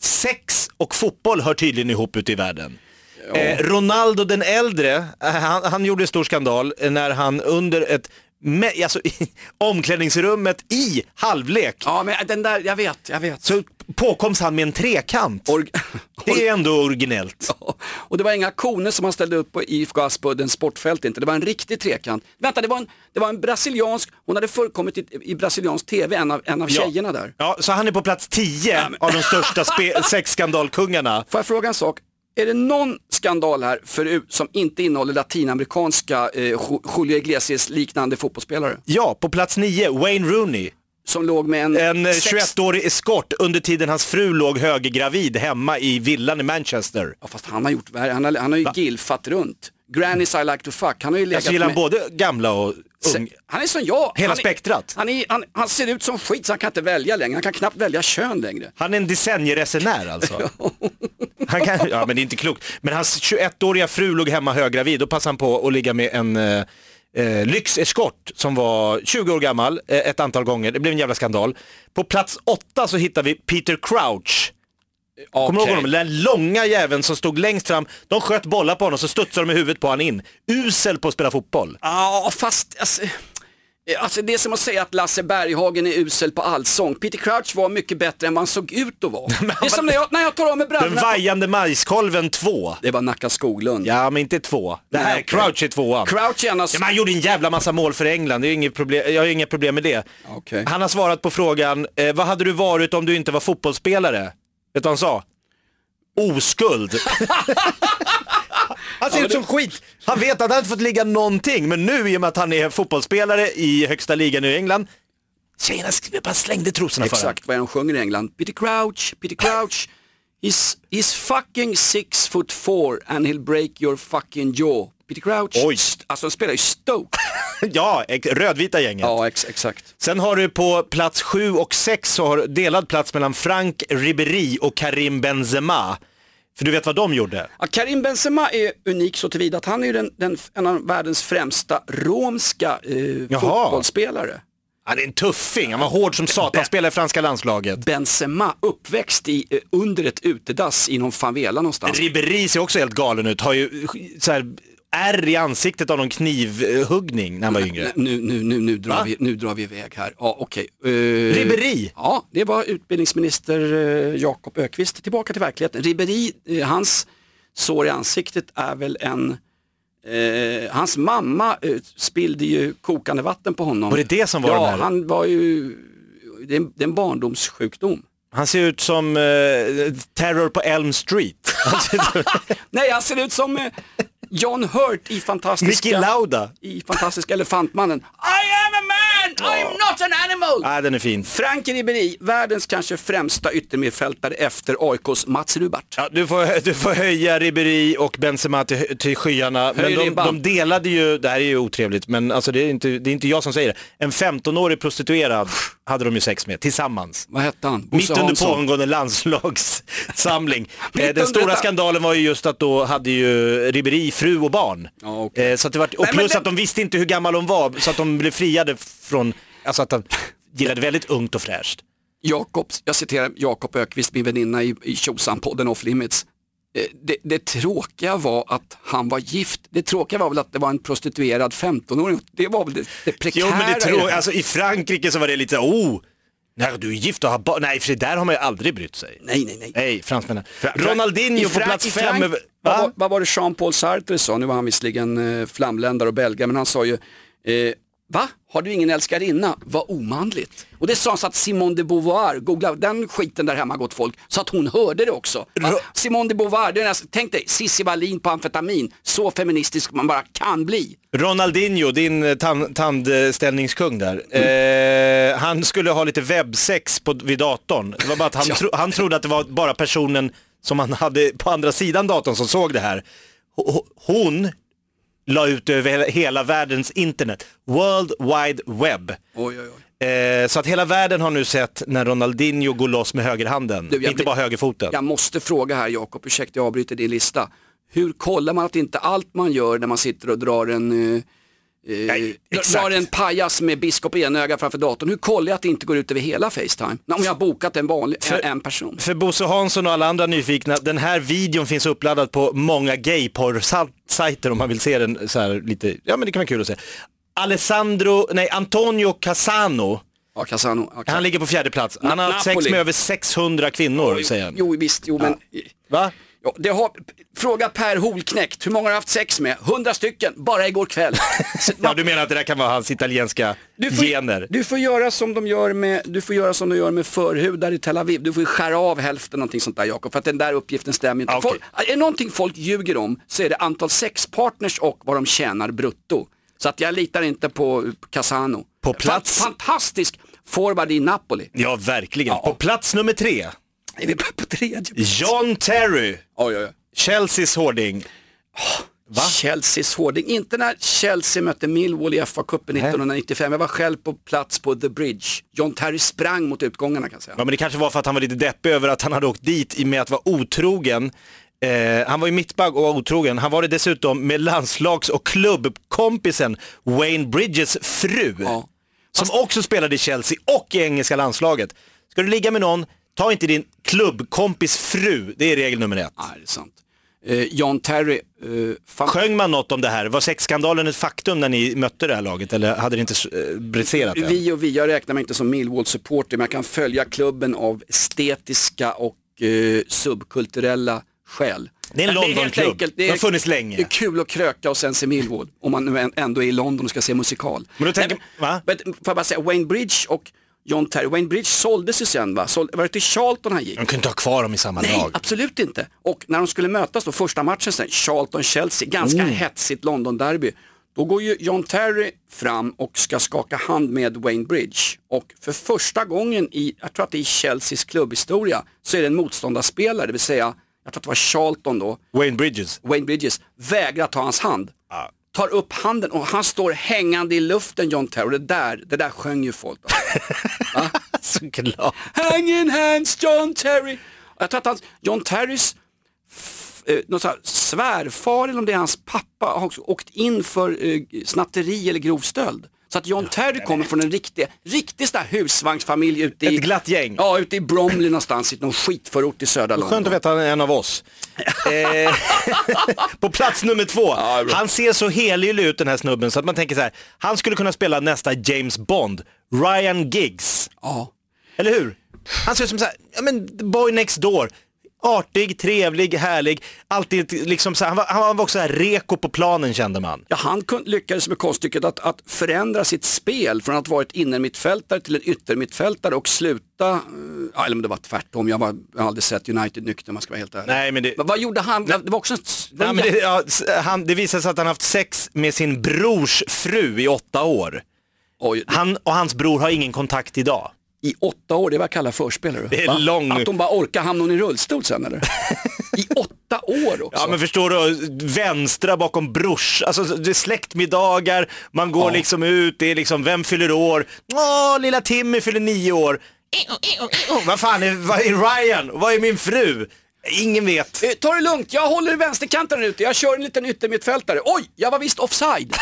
sex och fotboll hör tydligen ihop ute i världen. Ja. Eh, Ronaldo den äldre, han, han gjorde en stor skandal när han under ett med, alltså, i omklädningsrummet i halvlek. Ja, men den där, jag vet, jag vet. Så påkoms han med en trekant. Or- det är ändå originellt. Ja, och det var inga koner som han ställde upp på I F K Aspudden sportfält inte. Det var en riktig trekant. Vänta, det var en, det var en brasiliansk, hon hade förekommit i, i brasiliansk tv, en av, en av ja. tjejerna där. Ja, så han är på plats tio ja, men... av de största spe- sexskandalkungarna. Får jag fråga en sak? Är det någon skandal här förut som inte innehåller latinamerikanska eh, Julio Iglesias liknande fotbollsspelare? Ja, på plats nio, Wayne Rooney. Som låg med en... En sex... tjugoett-årig eskort under tiden hans fru låg högergravid hemma i villan i Manchester. Ja, fast han har gjort värre. Han har, han har ju gilfat runt. Grannies I like to fuck. Han har ju legat alltså, gillar med... både gamla och ung. Han är som jag. Hela han är, spektrat. Han, är, han, han ser ut som skit så han kan inte välja längre. Han kan knappt välja kön längre. Han är en decennieresenär alltså. Han kan, ja men det är inte klokt. Men hans tjugoett-åriga fru låg hemma höggravid. Då passade han på att ligga med en eh, eh, lyxeskort som var tjugo år gammal eh, ett antal gånger. Det blev en jävla skandal. På plats åtta så hittar vi Peter Crouch. Okay. Kommer du ihåg honom? Den långa jäveln som stod längst fram. De sköt bollar på honom så studsade de med huvudet på han in. Usel på att spela fotboll. Ja, fast alltså, Alltså det är som att säga att Lasse Berghagen är usel på allsång. Peter Crouch var mycket bättre än man såg ut att vara. Det är som när jag, när jag tar av mig brallorna. Den vajande majskolven två. Det var Nacka Skoglund. Ja, men inte två. Det här Nej, Crouch är tvåan. Crouch gärna... ja, man gjorde en jävla massa mål för England. Det är inget problem. Jag har inget problem med det. Okay. Han har svarat på frågan, eh, vad hade du varit om du inte var fotbollsspelare? Vet du vad han sa? Oskuld. Han ser ja, ut som det... skit. Han vet att han inte fått ligga någonting. Men nu i och med att han är fotbollsspelare i högsta ligan i England, tjejerna bara slängde trosorna för. Exakt vad de sjunger i England. Peter Crouch, Peter Crouch. He's, he's fucking six foot four and he'll break your fucking jaw. Peter Crouch. Oj. Alltså de spelar ju Stoke. Ja, rödvita gänget. Ja, ex- exakt. Sen har du på plats sju och sex så har delad plats mellan Frank Ribéry och Karim Benzema. För du vet vad de gjorde? Ja, Karim Benzema är unik så tillvida att han är den, den, en av världens främsta romska eh, fotbollsspelare. Han är en tuffing, han var hård som satan, spelade i franska landslaget. Benzema, uppväxt i, eh, under ett utedass i någon favela någonstans. Ribéry ser också helt galen ut, har ju så här, ärr i ansiktet av någon knivhuggning när han var yngre. Nu, nu, nu, nu, drar, vi, nu drar vi iväg här. Ja, okej. Okay. Uh, Ribéry? Ja, det var utbildningsminister uh, Jakob Ökvist. Tillbaka till verkligheten. Ribéry, uh, hans sår i ansiktet är väl en... Uh, hans mamma uh, spillde ju kokande vatten på honom. Var det det som var ja, den här? han var ju... Det är, en, det är en barndomssjukdom. Han ser ut som uh, Terror på Elm Street. Nej, han ser ut som... Uh, John Hurt i fantastiska... Niki Lauda. I fantastiska Elefantmannen. I am a man! I am not an animal! Ja, den är fin. Frank Ribéry, världens kanske främsta yttermittfältare efter A I K:s Mats Rubart. Ja, du, får, du får höja Ribéry och Benzema till, till skyarna. Men de, de delade ju, det här är ju otrevligt, men alltså det, är inte, det är inte jag som säger det. En femtonårig prostituerad hade de ju sex med, tillsammans. Vad hette han? Mitt under pågående landslagssamling. Den stora skandalen var ju just att då hade ju Ribéry fru och barn. Ja, okay. så att det var, och plus men, men, att de visste inte hur gammal hon var, så att de blev friade från, alltså att han gillade väldigt ungt och fräscht. Jakob, jag citerar Jakob Ökvist, min väninna i, i Tjosan-podden Off Limits. Det, det tråkiga var att han var gift. Det tråkiga var väl att det var en prostituerad femtonåring. Det var väl det, det prekära. Jo, men det trå- alltså, i Frankrike så var det lite oh, när du är gift och har barn. Nej, för det där har man ju aldrig brytt sig. Nej, nej, nej. Nej, fransmännen. Fra- Ronaldinho på plats fem. Frank, över... vad, var, vad var det Jean-Paul Sartre sa? Nu var han visserligen eh, flamländare och belgare, men han sa ju eh, va? Har du ingen älskarinna? Vad omanligt. Och det sa han så att Simone de Beauvoir, googla den skiten där hemma gott folk, så att hon hörde det också. Va? Simone de Beauvoir, det är nästan, tänk dig, Cissi Wallin på amfetamin, så feministisk man bara kan bli. Ronaldinho, din tand, tandställningskung där, mm. eh, han skulle ha lite webbsex på, vid datorn. Det var bara att han, tro, han trodde att det var bara personen som han hade på andra sidan datorn som såg det här. Hon la ut över hela världens internet. World Wide Web. Oj, oj, oj. Eh, så att hela världen har nu sett när Ronaldinho går loss med högerhanden. Du, inte blir, bara högerfoten. Jag måste fråga här, Jakob, ursäkta jag avbryter din lista. Hur kollar man att inte allt man gör när man sitter och drar en... Eh, Nej, drar en pajas med biskop i en öga framför datorn. Hur kollar jag att det inte går ut över hela FaceTime? Om jag har bokat en vanlig för, en person. För Bosse Hansson och alla andra nyfikna, den här videon finns uppladdad på många gayporr-sajter om man vill se den så här lite. Ja, men det kan vara kul att se. Alessandro, nej, Antonio Cassano. Ja, Cassano. Okay. Han ligger på fjärde plats. Han har haft sex med över sexhundra kvinnor, jo, säger han. Jo, visst, jo, men... Ja. Va? Ja, det har, fråga Per Holknekt, hur många har haft sex med? Hundra stycken, bara igår kväll. Ja, du menar att det där kan vara hans italienska du får, gener? Du får göra som de gör med, du får göra som de gör med förhudar i Tel Aviv. Du får skära av hälften, någonting sånt där, Jakob, för att den där uppgiften stämmer inte. Okay. Folk, är det någonting folk ljuger om så är det antal sexpartners och vad de tjänar brutto. Så att jag litar inte på Cassano. På plats... Fantastisk forward i Napoli. Ja, verkligen. Ja. På plats nummer tre. Är vi på tredje? John Terry. Oj, oj, oj. Chelseas hårding. Va? Chelseas hårding. Inte när Chelsea mötte Millwall i F A-cupen nittonhundranittiofem. Jag var själv på plats på The Bridge. John Terry sprang mot utgångarna, kan jag säga. Ja, men det kanske var för att han var lite deppig över att han hade åkt dit i med att vara otrogen. Eh, han var ju mittback och var otrogen. Han var det dessutom med landslags- och klubbkompisen Wayne Bridges fru. Ja. Som Fast... också spelade i Chelsea och i engelska landslaget. Ska du ligga med någon, ta inte din klubbkompis fru. Det är regel nummer ett. Ja, det är sant. Eh, John Terry. Eh, fan... Sjöng man något om det här? Var sexskandalen ett faktum när ni mötte det här laget eller hade det inte eh, briserat än? Vi och vi, jag räknar mig inte som Millwall-supporter, men jag kan följa klubben av estetiska och eh, subkulturella skäl. Det är en London-klubb, det, det har funnits länge. Det är kul att kröka och sen se Millwall, om man nu ändå är i London och ska se musikal. Men då tänker, va? Men, får jag bara säga, Wayne Bridge och John Terry, Wayne Bridge såldes ju sen, va? Såld, var det till Charlton han gick? De kunde inte ha kvar dem i samma Nej, lag. absolut inte. Och när de skulle mötas då, första matchen sen, Charlton-Chelsea, ganska Mm. hetsigt London-derby. Då går ju John Terry fram och ska skaka hand med Wayne Bridge. Och för första gången i, jag tror att det är i Chelseas klubbhistoria, så är det en motståndarspelare, det vill säga, jag tror att det var Charlton då. Wayne Bridges. Wayne Bridges vägrar ta hans hand. Ah. Tar upp handen och han står hängande i luften, John Terry. Det där, det där sjöng ju folk. Va? Så glad. Hanging hands, John Terry. Jag tror att han, John Terrys eh, någon så här svärfar, eller om det är hans pappa, har också åkt in för eh, snatteri eller grov stöld. Så att John Terry kommer från en riktig, riktig sån här husvagnsfamilj ute i... Ett glatt gäng. Ja, ute i Bromley någonstans, i någon skitförort i södra London. Skönt att veta att han är en av oss. eh, på plats nummer två. Ja, han ser så helylle ut, den här snubben, så att man tänker så här: han skulle kunna spela nästa James Bond, Ryan Giggs. Ja. Eller hur? Han ser ut som så här, ja men boy next door. Artig, trevlig, härlig. Alltid liksom så här, han, var, han var också här reko på planen, kände man. Ja, han kun, lyckades med konststycket att, att förändra sitt spel från att vara ett innermittfältare till en yttermittfältare och sluta, ja, eller om det var tvärtom, jag, var, jag har aldrig sett United nykter, om man ska vara helt ärlig. Nej, men det... vad, vad gjorde han? Det var också en... ja, men det, ja, han, det visade sig att han haft sex med sin brors fru i åtta år. Oj, det... Han och hans bror har ingen kontakt idag. I åtta år, det var kalla förspelare. Det är Va? lång... Att de bara orkar hamna i rullstol sen, eller? I åtta år också. Ja, men förstår du, vänstra bakom brors, alltså det är släktmiddagar, man går ja. liksom ut, det är liksom, vem fyller år? Åh, lilla Timmy fyller nio år. Vad fan är, vad är Ryan? Vad är min fru? Ingen vet. Eh, ta det lugnt, jag håller vänsterkanten ute, jag kör en liten yttermittfältare. Oj, jag var visst offside.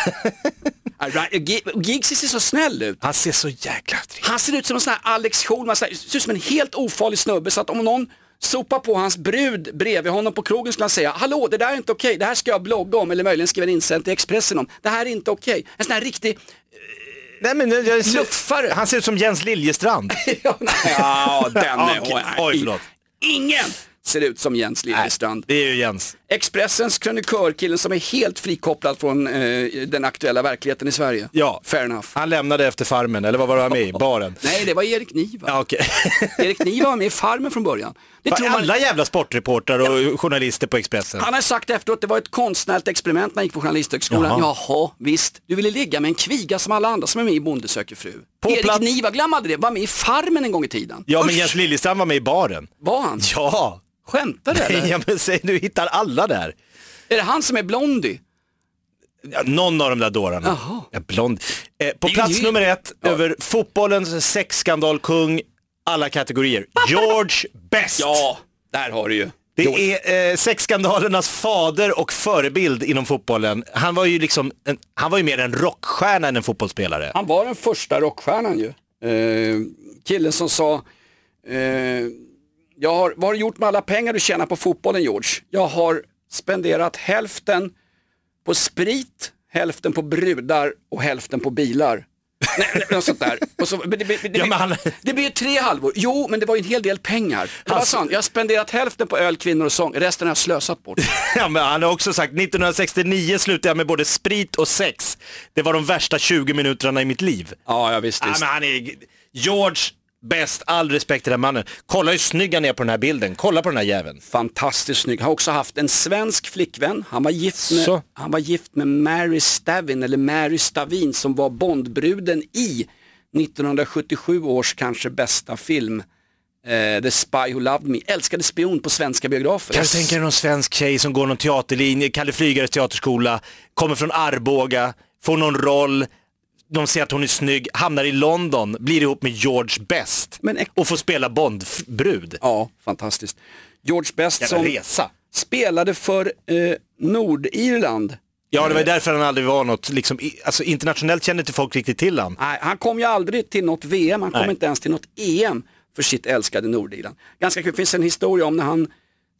Giggs ser så snäll ut. Han ser så jäkla trevlig. Han ser ut som en sån här Alex Schulman, ser ut som en helt ofarlig snubbe, så att om någon sopar på hans brud bredvid honom på krogen skulle han säga: hallå, det där är inte okej, det här ska jag blogga om, eller möjligen skriva en insändare till Expressen om. Det här är inte okej. En sån här riktig Nej, men jag ser, luffare. Han ser ut som Jens Liljestrand. ja, nej, ja, den är okay. Oj, förlåt. Ingen ser ut som Jens Liljestrand. Det är ju Jens. Expressens krönikörkillen som är helt frikopplad från eh, den aktuella verkligheten i Sverige. Ja, fair enough. Han lämnade efter Farmen, eller vad var han med i? Baren? Nej, det var Erik Niva. Ja, okay. Erik Niva var med i Farmen från början. Det var tror man... alla jävla sportreportrar och ja. journalister på Expressen. Han har sagt efteråt att det var ett konstnärligt experiment när han gick på journalisthögskolan. Jaha. Jaha, visst. Du ville ligga med en kviga som alla andra som är med i Bonde söker fru. På Erik plats... Niva, glöm aldrig det, var med i Farmen en gång i tiden. Ja, Usch. Men Jens Liljestrand var med i Baren. Var han? Ja. Skämtar du eller? Ja, men säg, du hittar alla där. Är det han som är Blondie? Ja, någon av de där dårarna. Jaha. Ja, blond. Eh, på plats ju... nummer ett ja. över fotbollens sexskandalkung alla kategorier. George Best. Ja, där har du ju. Det George. är eh, sexskandalernas fader och förebild inom fotbollen. Han var ju liksom en, han var ju mer en rockstjärna än en fotbollsspelare. Han var den första rockstjärnan ju. Eh, killen som sa eh, jag har, vad har du gjort med alla pengar du tjänar på fotbollen, George? Jag har spenderat hälften på sprit, hälften på brudar och hälften på bilar. Nej, något sånt där. Och så, det, det, det, det, ja, han... det blir ju tre halvor. Jo, men det var ju en hel del pengar. Det var sant. Jag har spenderat hälften på öl, kvinnor och sång. Resten har jag slösat bort. Ja, men han har också sagt nittonhundrasextionio slutade jag med både sprit och sex. Det var de värsta tjugo minuterna i mitt liv. Ja, jag visste. Ja, men han är George Best, all respekt till den mannen. Kolla hur snygg han är på den här bilden. Kolla på den här jäveln. Fantastiskt snygg. Han har också haft en svensk flickvän. Han var gift med, han var gift med Mary Stavin, eller Mary Stavin, som var Bondbruden i nittonhundrasjuttiosju års kanske bästa film. Uh, The Spy Who Loved Me. Älskade spion på svenska biografer. Kan du tänka dig någon svensk tjej som går någon teaterlinje, Kalle Flygares teaterskola, kommer från Arboga, får någon roll, de ser att hon är snygg, hamnar i London, blir ihop med George Best men, och får spela Bondbrud. Ja, fantastiskt. George Best Jävla som resa. spelade för eh, Nordirland. Ja, det var därför han aldrig var något, liksom, alltså internationellt kände inte folk riktigt till han. Nej, han kom ju aldrig till något V M, han kom Nej. inte ens till något E M för sitt älskade Nordirland. Ganska kul, det finns en historia om när han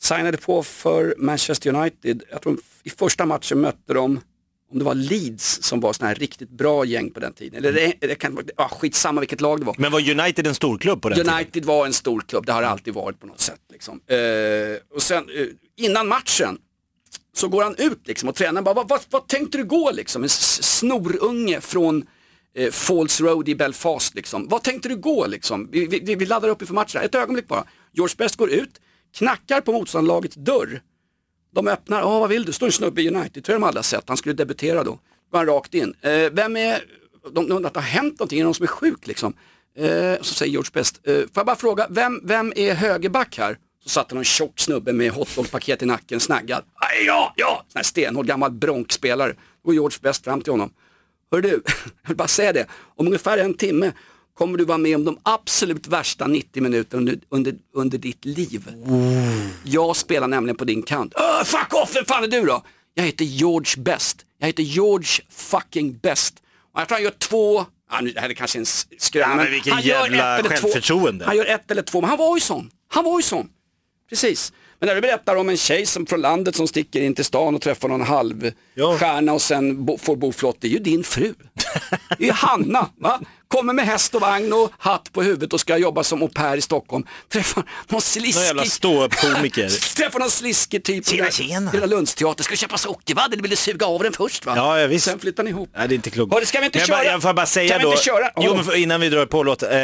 signade på för Manchester United. Jag tror i första matchen mötte de, om det var Leeds som var sån här riktigt bra gäng på den tiden. Eller det, det kan ja, skitsamma vilket lag det var. Men var United en stor klubb på den tiden? United var en stor klubb, det har det alltid varit på något sätt. Liksom. Eh, och sen eh, innan matchen så går han ut liksom, och tränaren bara, vad, vad, vad tänkte du gå liksom? En snorunge från eh, Falls Road i Belfast liksom. Vad tänkte du gå liksom? Vi, vi, vi laddar upp inför matchen. Ett ögonblick bara. George Best går ut, knackar på motståndarlagets dörr. De öppnar, ja vad vill du? Står en snubbe i United, tror jag de alla sett. Han skulle debutera då. Går han rakt in. Eh, vem är, de, de undrar att det har hänt någonting, är någon som är sjuk liksom. Eh, så säger George Best, eh, får jag bara fråga, vem, vem är högerback här? Så satt någon tjock snubbe med hotdog-paket i nacken, snaggad. Aj, ja, ja, sån här stenhård gammal bronkspelare. Då går George Best fram till honom. Hör du, jag vill bara säga det, om ungefär en timme kommer du vara med om de absolut värsta nittio minuter under, under, under ditt liv. Mm. Jag spelar nämligen på din kant. Öh, fuck off, vem fan är du då? Jag heter George Best. Jag heter George fucking Best. Och jag tror han gör två, ja, nu, det här är kanske en skrön, ja, men vilken jävla självförtroende. Han gör ett eller två, men han var ju sån. Han var ju sån. Precis. Men när du berättar om en tjej som från landet som sticker in till stan och träffar någon halv ja. stjärna och sen bo, får bo flott, det är ju din fru. Det är ju Hanna, va? Kommer med häst och vagn och hatt på huvudet och ska jobba som au pair i Stockholm. Träffar någon sliskig... Någon jävla ståuppkomiker. Träffar någon sliskig typ. Tjena, tjena. Hela Lundsteater. Ska du köpa sockervadd eller vill du suga av den först, va? Ja, ja visst. Sen flyttar ni ihop. Nej, det är inte klokt. Ja, det ska vi inte jag köra. Bara, jag får bara säga kan då. Vi inte köra? Jo, men för, innan vi drar på låt. Eh,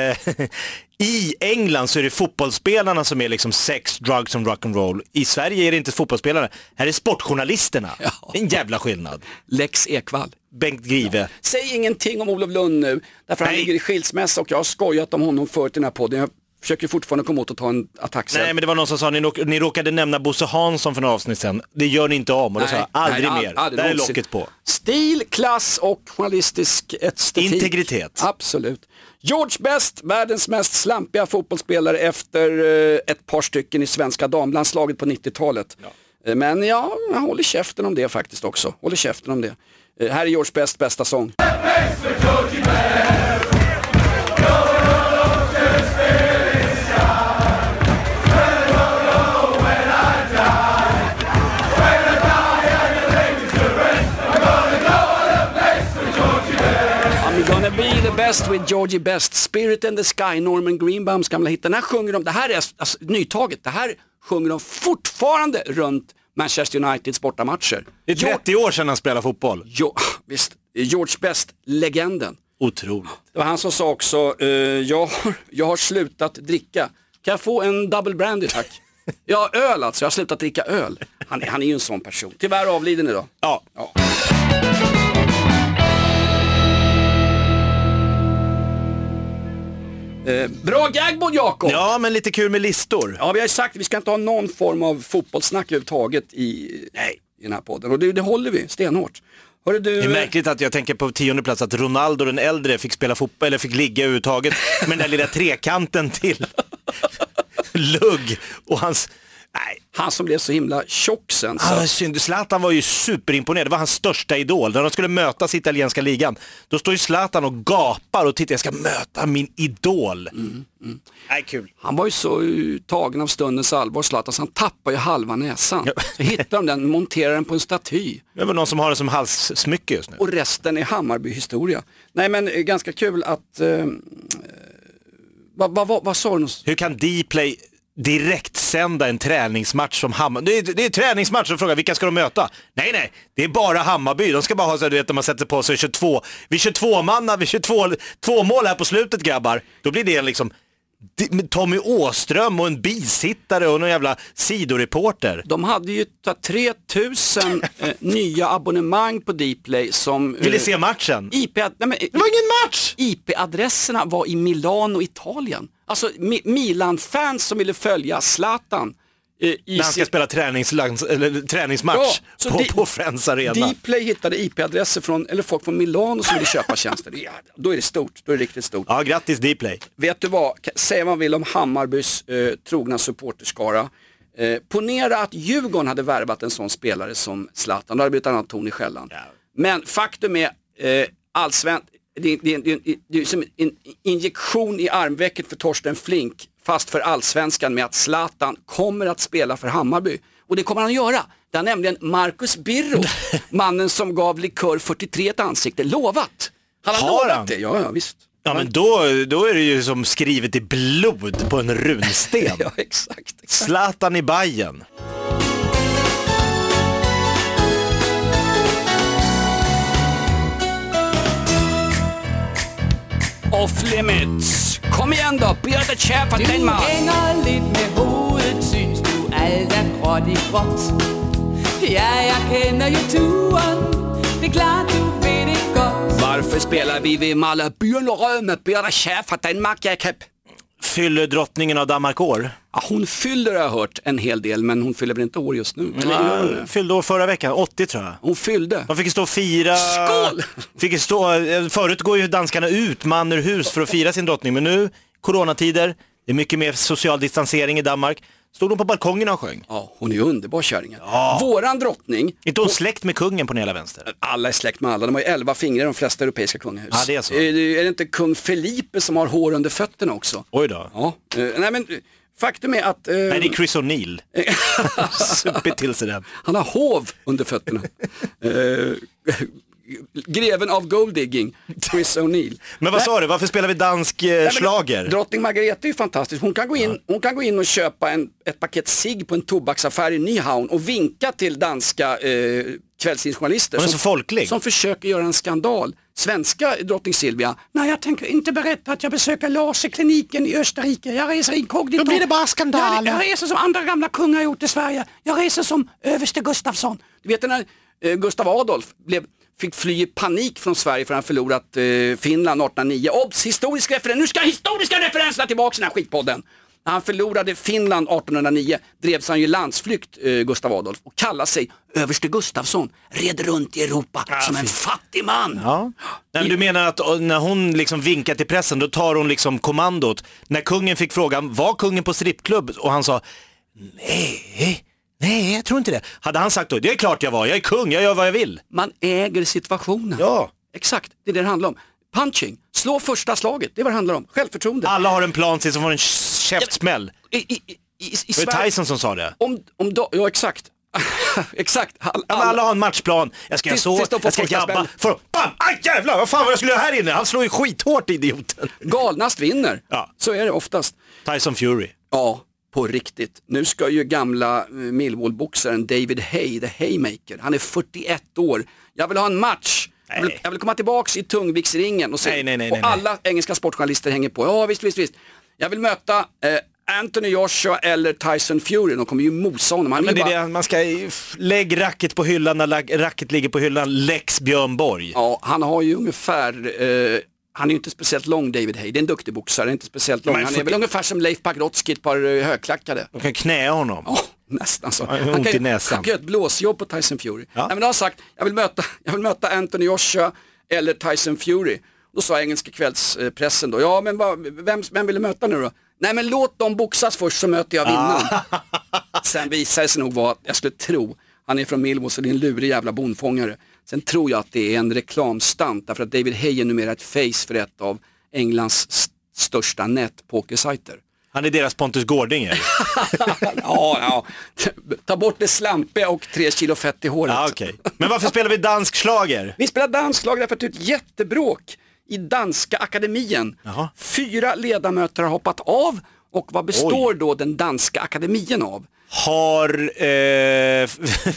I England så är det fotbollsspelarna som är liksom sex, drugs and rock'n'roll. I Sverige är det inte fotbollsspelarna. Här är sportjournalisterna. Ja. En jävla skillnad. Lex Ekvall. Bengt Grive. Ja. Säg ingenting om Olof Lund nu. Därför Nej. han ligger i skilsmässa och jag har skojat om honom förut i den här podden. Jag försöker fortfarande komma åt att ta en attack. Nej, men det var någon som sa, ni, ni råkade nämna Bosse Hansson för några avsnitt sen. Det gör ni inte om. Och då sa jag, aldrig nej, mer. Aldrig, där är locket på. Stil, klass och journalistisk estetik. Integritet. Absolut. George Best, världens mest slampiga fotbollsspelare efter uh, ett par stycken i svenska damlandslaget på nittiotalet. Ja. Men ja, jag håller käften om det faktiskt också. Håller käften om det. Uh, här är George Best bästa sång. Gonna be the best with Georgie Best, Spirit in the Sky, Norman Greenbaums gamla hit. Den här sjunger de, det här är alltså, nytaget, det här sjunger de fortfarande runt Manchester Uniteds bortamatcher. Det är trettio år sedan han spelade fotboll. Jo, visst, George Best, legenden. Otroligt. Det var han som sa också, uh, jag, jag har slutat dricka. Kan jag få en double brandy tack? Ja, öl alltså, jag har slutat dricka öl. Han, han är ju en sån person. Tyvärr avliden idag. Ja. ja. Eh, bra gagbord, Jakob! Ja, men lite kul med listor. Ja, vi har ju sagt att vi ska inte ha någon form av fotbollssnack överhuvudtaget i, nej, i den här podden. Och det, det håller vi stenhårt. Hörru, du... Det är märkligt att jag tänker på tionde plats att Ronaldo den äldre fick spela fotboll, eller fick ligga överhuvudtaget med den där lilla trekanten till lugg och hans... Nej. Han som blev så himla tjock sen. Så. Ah, synd. Zlatan var ju superimponerad. Det var hans största idol. När de skulle mötas i italienska ligan, då står ju Zlatan och gapar och tittar, jag ska möta min idol. Mm, mm. Nej, kul. Han var ju så tagen av stundens allvar, Zlatan, så han tappar ju halva näsan. Ja. Så hittar de den, monterar den på en staty. Det var någon som har det som halssmycke just nu. Och resten är Hammarby-historia. Nej, men ganska kul att... Eh, vad va, va, va sa du? Hur kan Dplay direkt sända en träningsmatch som Hammarby? Det är, det är träningsmatch och fråga vilka ska de möta? Nej, nej, det är bara Hammarby. De ska bara ha så, du vet, man sätter på sig tjugotvå. Vi kör två manna, vi kör två, två mål här på slutet, grabbar. Då blir det liksom Tommy Åström och en bisittare och någon jävla sidoreporter. De hade ju tre tusen eh, nya abonnemang på Dplay som... Eh, Ville se matchen? I P, nej, men, det var ingen match! I P-adresserna var i Milano, Italien. Alltså Mi- Milan-fans som ville följa Zlatan. Eh, i När han ska spela träningslands, eller, träningsmatch ja, på, D- på Friends Arena. Dplay hittade I P-adresser från, eller folk från Milano som ville köpa tjänster. Ja, då är det stort, då är det riktigt stort. Ja, grattis Dplay. Vet du vad, säga vad man vill om Hammarbys eh, trogna supporterskara. Eh, ponera att Djurgården hade värvat en sån spelare som Zlatan, då hade det blivit ett annat ton i skällan. Ja. Men faktum är, eh, allsvenskt, det, det, det, det, det är som en injektion i armvecket för Torsten Flink. fast för allsvenskan med att Zlatan kommer att spela för Hammarby. Och det kommer han att göra. Det är nämligen Marcus Birro, mannen som gav likör fyrtiotre ett ansikte, lovat. Han har, har lovat han? det, ja, ja visst. Ja, men då, då är det ju som skrivet i blod på en runsten. Ja, exakt, exakt. Zlatan i Bayern. Off limits. Kom igen då, Birte Kjær från Danmark. Du hänger lidt med hovedet, syns du alt er gråt i gråt. Ja, jag känner ju turen, det är klart du vet det gott. Varför spelar vi vid Malle Björnröd med Birte Kjær från Danmark, Jakob? Fyller drottningen av Danmark år? Ja, hon fyller, jag har hört, en hel del, men hon fyller väl inte år just nu. Ja, fyllde år förra veckan, åttio tror jag. Hon fyllde. De fick stå och fira... Skål! Fick stå... Förut går ju danskarna ut man ur hus för att fira sin drottning, men nu, coronatider, det är mycket mer social distansering i Danmark. Stod de på balkongen och sjöng. Ja, hon är ju underbar, kärringen. Ja. Våran drottning... Inte hon släkt med kungen på den hela vänster? Alla är släkt med alla, de har ju elva fingrar i de flesta europeiska kungahus. Ja, det är så. Är det, är det inte kung Felipe som har hår under fötterna också? Oj då. Ja, uh, nej men faktum är att... Uh, nej, det är Chris O'Neill. Supit till sig den. Han har hov under fötterna. uh, Greven av golddigging, Chris O'Neill. Men vad sa du, varför spelar vi dansk eh, nej, slager? Drottning Margareta är ju fantastisk. Hon kan gå in, hon kan gå in och köpa en, ett paket cigg på en tobaksaffär i Nyhavn och vinka till danska eh, kvällstidningsjournalister som, så folklig. som försöker göra en skandal. Svenska drottning Silvia: nej, jag tänker inte berätta att jag besöker laserkliniken i Österrike. Jag reser inkognito. Då blir det bara skandal. Jag, jag reser som andra gamla kungar har gjort i Sverige. Jag reser som överste Gustafsson. Du vet när eh, Gustav Adolf blev fick fly i panik från Sverige för att han förlorat eh, Finland artonhundranio. Obs, historisk referens. Nu ska historiska referenserna tillbaka i den här skitpodden. När han förlorade Finland artonhundranio drevs han ju landsflykt, eh, Gustav Adolf, och kallade sig överste Gustafsson. Red runt i Europa ah, som en fattig man. Ja. Nej, men du menar att när hon liksom vinkar till pressen, då tar hon liksom kommandot. När kungen fick frågan, var kungen på strippklubb? Och han sa, nej... Nej, jag tror inte det. Hade han sagt då, det är klart jag var, jag är kung, jag gör vad jag vill. Man äger situationen. Ja. Exakt, det är det det handlar om. Punching, slå första slaget, det är vad det handlar om. Självförtroende. Alla har en plan till som får en käftsmäll. I, i, i, i, i det var Tyson som sa det. Om, om då, ja, exakt. Exakt. Alla, alla har en matchplan. Jag ska göra så, jag ska jabba. För, bam, aj jävlar, vad fan vad jag skulle göra här inne? Han slår ju skithårt, idioten. Galnast vinner. Ja. Så är det oftast. Tyson Fury. Ja. På riktigt. Nu ska ju gamla Millwall-boxaren David Hay, the Haymaker, han är fyrtioett år. Jag vill ha en match. Jag vill, jag vill komma tillbaks i tungviktsringen och, se, nej, nej, nej, och nej, alla nej. engelska sportjournalister hänger på. Ja visst, visst, visst. Jag vill möta eh, Anthony Joshua eller Tyson Fury. De kommer ju mosa honom. Han ja, men det är bara... det, man ska lägga racket på hyllan när racket ligger på hyllan. Lex Björn Borg. Ja, han har ju ungefär... Eh, han är ju inte speciellt lång, David Hay. Det är en duktig boxare, inte speciellt lång. Han är väl ungefär som Leif Pagrotsky, ett par högklackade. De kan knäa honom. Ja, nästan så. Han, han kan i näsan. Han kan göra ett blåsjobb på Tyson Fury. Ja. Nej, men han har sagt, jag vill, möta, jag vill möta Anthony Joshua eller Tyson Fury. Då sa engelska kvällspressen då, ja men vad, vem, vem vill du möta nu då? Nej men låt dem boxas först så möter jag vinnaren. Ah. Sen visar det sig nog vad jag skulle tro. Han är från Millwall så det är en lurig jävla bondfångare. Sen tror jag att det är en reklamstant därför att David Hay är numera ett face för ett av Englands st- största nätpokersajter. Han är deras Pontus Gårding. ja, ja. Ta bort det slampiga och tre kilo fett i håret. Ja, okay. Men varför spelar vi dansk slager? Vi spelar dansk slager därför att det är ett jättebråk i danska akademien. Jaha. Fyra ledamöter har hoppat av och vad består Oj. då den danska akademien av? Har... Eh...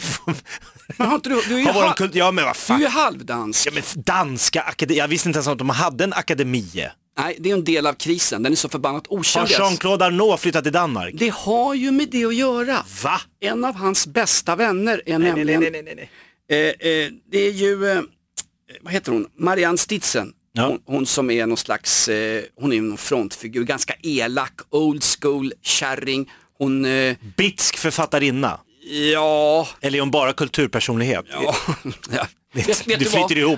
Men har inte du, du är ju har halv... kult... ja, men vad fan? Du är halvdansk. Ja, men danska akademi. Jag visste inte ens att de hade en akademi. Nej, det är en del av krisen. Den är så förbannat okänd. Har Jean-Claude Arnault flyttat till Danmark? Det har ju med det att göra. Va? En av hans bästa vänner är nej, nämligen... Nej, nej, nej, nej. Eh, eh, det är ju... Eh, vad heter hon? Marianne Stitzen. Ja. Hon, hon som är någon slags... Eh, hon är en frontfigur. Ganska elak, old school, kärring. Hon... Eh, Bitsk författarinna. Ja. Eller är hon bara kulturpersonlighet? Ja. ja. Det, vet, vet det flyter ihop.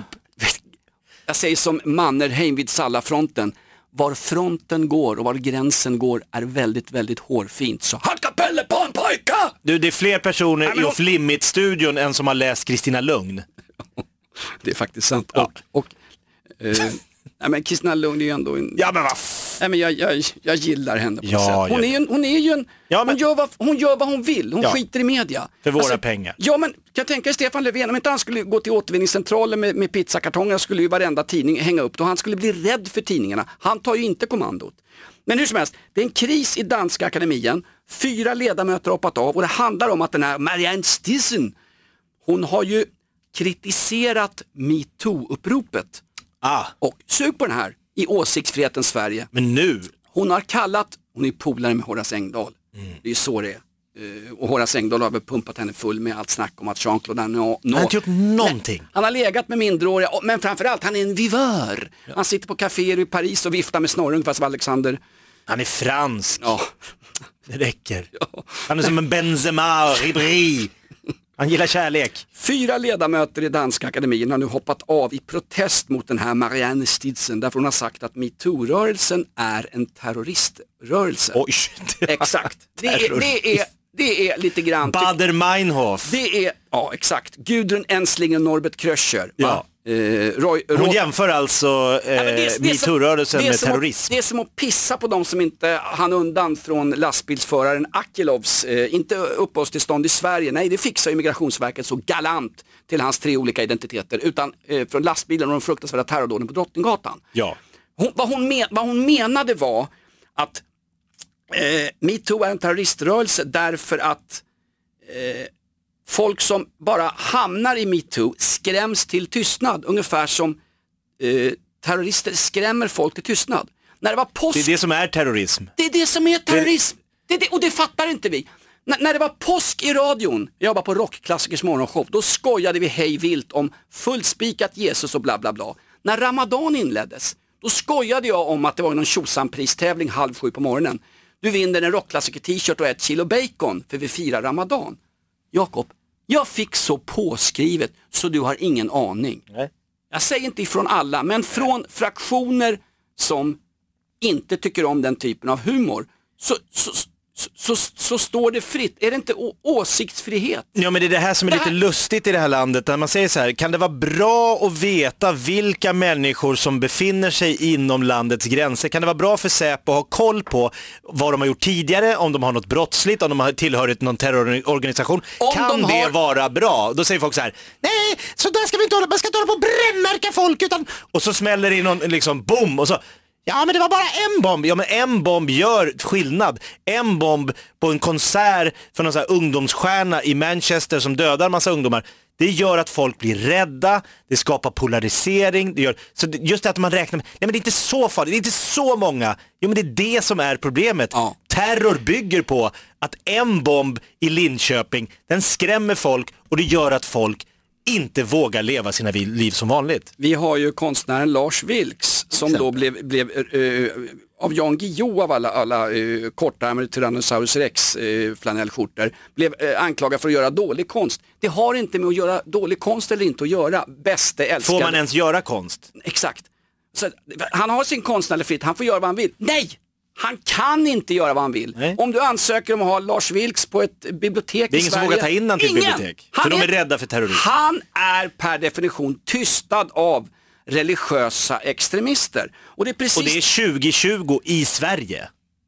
Jag säger som Mannerheim vid Salla-fronten. Var fronten går och var gränsen går är väldigt, väldigt hårfint. Så hacka pelle på en pojka! Du, det är fler personer Nej, i och... Off Limit-studion än som har läst Kristina Lugn. Det är faktiskt sant. Ja. Och, och eh, nej, men Kristina Lugn är ju ändå en... Ja, men vad Nej, men jag, jag, jag gillar henne på Ja, sätt. Hon, ja. är ju en, hon är ju en, Ja, men- hon, gör vad, hon gör vad hon vill, hon Ja. skiter i media. För våra pengar. Ja, men kan jag tänka dig Stefan Löfven, om inte han skulle gå till återvinningscentralen med, med pizzakartonger, skulle ju varenda tidning hänga upp då. Han skulle bli rädd för tidningarna. Han tar ju inte kommandot. Men hur som helst, det är en kris i Danska Akademien. Fyra ledamöter har hoppat av och det handlar om att den här Marianne Stissen, hon har ju kritiserat MeToo-uppropet. Ah. Och sug på den här i åsiktsfrihetens Sverige. Men nu? Hon har kallat, hon är polare med Horace Engdahl. Mm. Det är ju så det är. Uh, och Horace Engdahl har väl pumpat henne full med allt snack om att Jean-Claude Arnault... Han har inte gjort någonting. Nej, han har legat med minderåriga, men framförallt han är en vivör. Ja. Han sitter på kaféer i Paris och viftar med snorren fast Alexander. Han är fransk. Ja. Det räcker. Ja. Han är som en Benzema, Ribéry. Han gillar kärlek. Fyra ledamöter i Danska Akademien har nu hoppat av i protest mot den här Marianne Stissen därför hon har sagt att MeToo-rörelsen är en terroriströrelse. Oj. Exakt. Det är, det är, det är lite grann... Bader Meinhof. Det är, ja exakt. Gudrun Ensling och Norbert Kröcher. Ja. Eh, Roy, Hon Roy... jämför alltså eh, ja, MeToo-rörelsen med terrorism. Att, det är som att pissa på de som inte hann undan från lastbilsföraren Akilovs, eh, inte uppehållstillstånd i Sverige. Nej, det fixar ju Migrationsverket så galant till hans tre olika identiteter. Utan eh, från lastbilen och de fruktansvärda terrordåden på Drottninggatan. Ja. Hon, vad, hon men, vad hon menade var att eh, MeToo är en terroriströrelse därför att eh, folk som bara hamnar i MeToo skräms till tystnad. Ungefär som eh, terrorister skrämmer folk till tystnad. När det var påsk... Det är det som är terrorism. Det är det som är terrorism. Det... Det är det, och det fattar inte vi. N- när det var påsk i radion, jag jobbar på Rockklassikers morgonshow, då skojade vi hej vilt om fullspikat Jesus och bla bla bla. När Ramadan inleddes, då skojade jag om att det var någon tjosan-pristävling halv sju på morgonen. Du vinner en rockklassiker-t-shirt och ett kilo bacon för vi firar Ramadan. Jakob, jag fick så påskrivet så du har ingen aning. Nej. Jag säger inte ifrån alla, men från fraktioner som inte tycker om den typen av humor så, så, så, så, så står det fritt. Är det inte å- åsiktsfrihet? Ja, men det är det här som är Det här- lite lustigt i det här landet. När man säger så här, kan det vara bra att veta vilka människor som befinner sig inom landets gränser? Kan det vara bra för Säpo att ha koll på vad de har gjort tidigare, om de har något brottsligt, om de har tillhört någon terrororganisation? Om kan de det har- vara bra? Då säger folk så här, nej, så där ska vi inte hålla, man ska inte hålla på och brännmärka folk utan... Och så smäller det i någon, liksom, boom, och så... Ja, men det var bara en bomb. Ja, men en bomb gör skillnad. En bomb på en konsert för någon sån här ungdomsstjärna i Manchester som dödar en massa ungdomar. Det gör att folk blir rädda, det skapar polarisering. Det gör, så det, just det att man räknar med, nej men det är inte så farligt, det är inte så många. Jo, men det är det som är problemet. Ja. Terror bygger på att en bomb i Linköping, den skrämmer folk och det gör att folk inte vågar leva sina liv som vanligt. Vi har ju konstnären Lars Vilks som då blev, blev uh, av Jan Guillou av alla, alla uh, kortärmade Tyrannosaurus Rex uh, flanellskjortor blev uh, anklagad för att göra dålig konst. Det har inte med att göra dålig konst eller inte att göra. Bäste älskade. Får man ens göra konst? Exakt. Så, han har sin konstnärliga frihet, han får göra vad han vill. Nej! Han kan inte göra vad han vill. Nej. Om du ansöker om att ha Lars Vilks på ett bibliotek Det är i ingen som Sverige, vågar ta in han till ingen. bibliotek. Han För de är rädda för terrorism. Han är per definition tystad av religiösa extremister. Och det är precis... Och det är tjugo tjugo i Sverige.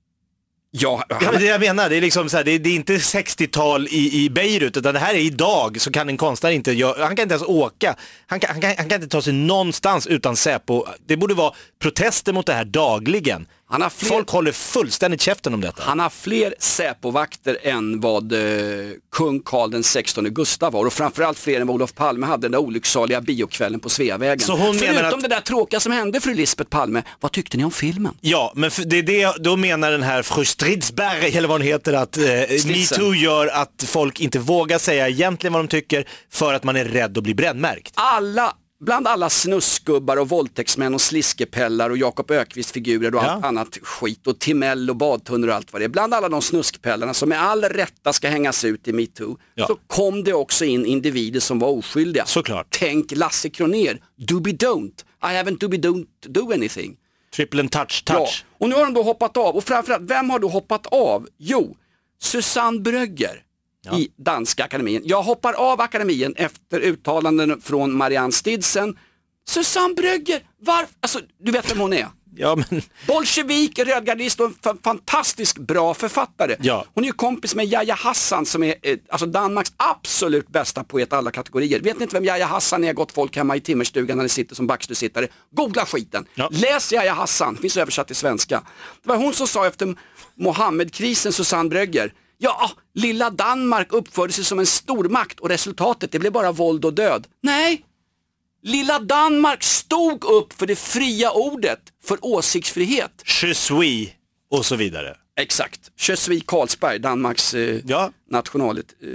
Ja, Ja, han... men det jag menar, det är liksom så här, det, är, det är inte sextiotal i, i Beirut, utan det här är idag, så kan en konstnär inte göra, han kan inte ens åka, han kan, han, kan, han kan inte ta sig någonstans utan Säpo. Det borde vara protester mot det här dagligen. Han har fler... Folk håller fullständigt käften om detta. Han har fler Säpovakter än vad eh, kung Karl den sextonde Gustav var, och framförallt fler än vad Olof Palme hade den där olycksaliga biokvällen på Sveavägen. Så hon Förutom menar att... det där tråkiga som hände för Lisbeth Palme, vad tyckte ni om filmen? Ja, men för det är det, då menar den här fru Stridsberg, eller vad hon heter, att eh, MeToo gör att folk inte vågar säga egentligen vad de tycker för att man är rädd att bli brännmärkt. Alla, bland alla snuskgubbar och våldtäktsmän och sliskepellar och Jakob Ökvist-figurer och Ja. allt annat skit och Timell och badtunnor och allt vad det är. Bland alla de snuskpellarna som med all rätta ska hängas ut i MeToo, Ja. så kom det också in individer som var oskyldiga. Såklart. Tänk Lasse Kronér, doobie don't, I haven't doobie don't do anything. Triple and touch, Ja, touch. och nu har de då hoppat av, och framförallt, vem har då hoppat av? Jo, Susanne Brögger i Danska Akademien. Jag hoppar av akademin efter uttalanden från Marianne Stissen. Susanne Brögger, varför? Alltså, du vet vem hon är? Ja, men... Bolshevik, rödgardist och en f- fantastiskt bra författare. Ja. Hon är ju kompis med Yahya Hassan som är eh, alltså Danmarks absolut bästa poet alla kategorier. Vet ni inte vem Yahya Hassan är? Gott folk hemma i timmerstugan när ni sitter som backstusittare. Googla skiten. Ja. Läs Yahya Hassan, finns översatt till svenska. Det var hon som sa efter Mohammed-krisen, Susanne Brögger. Ja, lilla Danmark uppförde sig som en stormakt och resultatet det blev bara våld och död. Nej, lilla Danmark stod upp för det fria ordet, för åsiktsfrihet. Je suis och så vidare. Exakt. Je suis Carlsberg, Danmarks eh, ja. nationalet. Eh,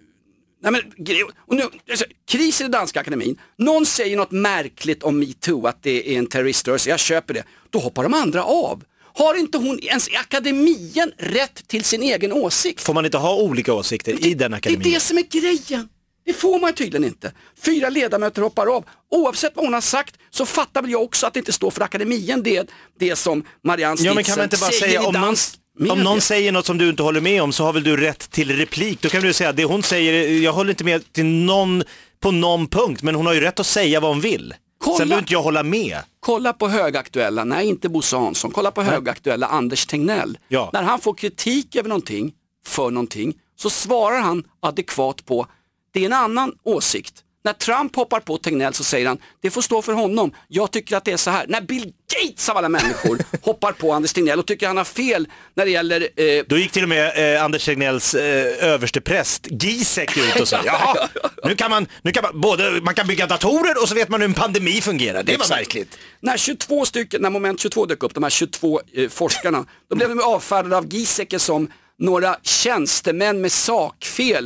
nej men, och nu, alltså, krisen i Danska akademin. Någon säger något märkligt om MeToo, att det är en terroriströrelse. Jag köper det. Då hoppar de andra av. Har inte hon ens i akademien rätt till sin egen åsikt? Får man inte ha olika åsikter det, i den akademin? Det är det som är grejen. Det får man tydligen inte. Fyra ledamöter hoppar av. Oavsett vad hon har sagt så fattar väl jag också att det inte står för akademien det, det som Marianne Stilsen ja, men kan man inte bara säga om någon, om någon säger något som du inte håller med om så har väl du rätt till replik. Då kan du säga att det hon säger, jag håller inte med till någon på någon punkt, men hon har ju rätt att säga vad hon vill. Kolla, sen behöver inte jag hålla med. Kolla på högaktuella, nej inte Bosse Hansson, kolla på högaktuella Anders Tegnell. Ja. När han får kritik över någonting, för någonting, så svarar han adekvat på, det är en annan åsikt. När Trump hoppar på Tegnell så säger han, det får stå för honom, jag tycker att det är så här. När Bill Gates av alla människor hoppar på Anders Tegnell och tycker han har fel när det gäller... Eh... Då gick till och med eh, Anders Tegnells eh, överste präst Giesecke ut och sa, jaha, nu kan man, nu kan man, både, man kan bygga datorer och så vet man hur en pandemi fungerar. Det var verkligt. När tjugotvå stycken, när moment tjugotvå dök upp, de här tjugotvå eh, forskarna, då blev de avfärdade av Giesecke som några tjänstemän med sakfel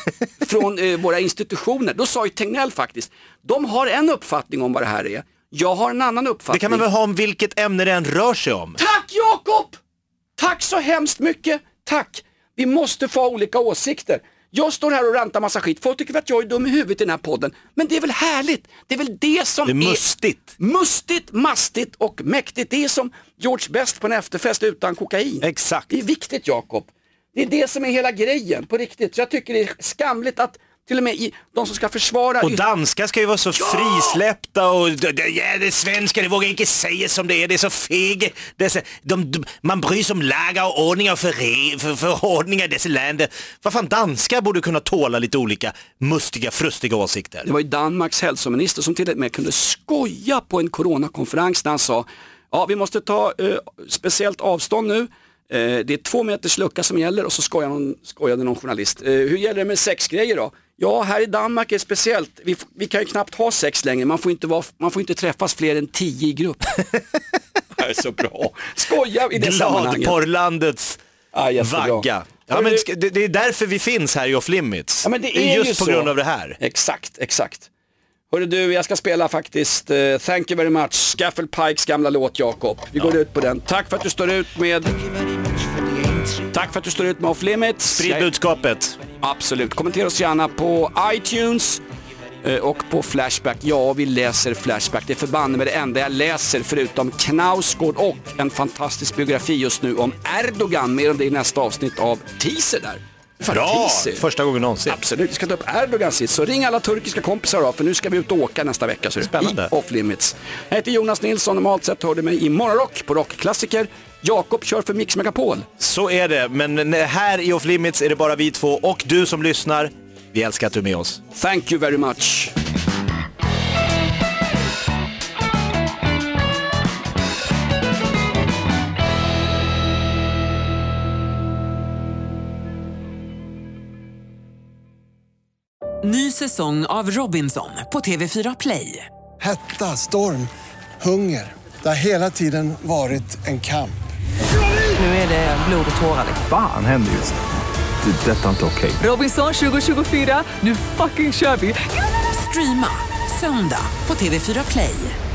från eh, våra institutioner. Då sa ju Tegnell faktiskt, de har en uppfattning om vad det här är. Jag har en annan uppfattning. Det kan man väl ha om vilket ämne det än rör sig om. Tack Jakob! Tack så hemskt mycket. Tack. Vi måste få olika åsikter. Jag står här och rantar massa skit. Folk tycker att jag är dum i huvudet i den här podden. Men det är väl härligt. Det är väl det som det är mustigt. Är mustigt, mastigt och mäktigt. Det är som George Best på en efterfest utan kokain. Exakt. Det är viktigt Jakob. Det är det som är hela grejen på riktigt. Så jag tycker det är skamligt att till och med i, de som ska försvara... Och danska ska ju vara så ja! frisläppta och ja, det är svenska, det vågar inte säga som det är, det är så feg. Det är så, de, de, man bryr sig om lagar och ordningar och för, för, förordningar i dessa länder. Vad fan, danska borde kunna tåla lite olika mustiga, frustiga åsikter. Det var ju Danmarks hälsominister som till och med kunde skoja på en coronakonferens när han sa, ja vi måste ta eh, speciellt avstånd nu. Det är två meters lucka som gäller och så skojade någon, skojade någon journalist. Hur gäller det med sexgrejer då? Ja, här i Danmark är det speciellt. Vi, vi kan ju knappt ha sex längre. Man får inte, vara, man får inte träffas fler än tio i grupp. Det är så bra. Skoja i det sammanhanget. Gladporrlandets ja, vagga. Ja, men det, det är därför vi finns här i Off Limits. Ja, men det är, det är just ju på så. grund av det här. Exakt, exakt. Hörru du, jag ska spela faktiskt uh, Thank you very much, Scaffel Pikes gamla låt Jakob. Vi ja. går ut på den. Tack för att du står ut med Tack för att du står ut med Off Limits. Sprid budskapet. Absolut. Kommentera oss gärna på iTunes uh, och på Flashback. Ja, vi läser Flashback. Det är förbannat med det enda jag läser förutom Knausgård och en fantastisk biografi just nu om Erdogan. Mer om det i nästa avsnitt av Teaser där. Bra, första gången någonsin. Absolut, vi ska ta upp Erdogan sist. Så ring alla turkiska kompisar då, för nu ska vi ut och åka nästa vecka. Så spännande. I Off Limits. Jag heter Jonas Nilsson, normalt sett hör du mig i Morgonrock på Rockklassiker. Jakob kör för Mix Megapol. Så är det, men här i Off Limits är det bara vi två och du som lyssnar. Vi älskar att du är med oss. Thank you very much. Ny säsong av Robinson på T V fyra Play. Hetta, storm, hunger. Det har hela tiden varit en kamp. Nu är det blod och tårar. Fan händer just det. Det är detta inte okej. Robinson tjugo tjugofyra, nu fucking kör vi. Streama söndag på T V fyra Play.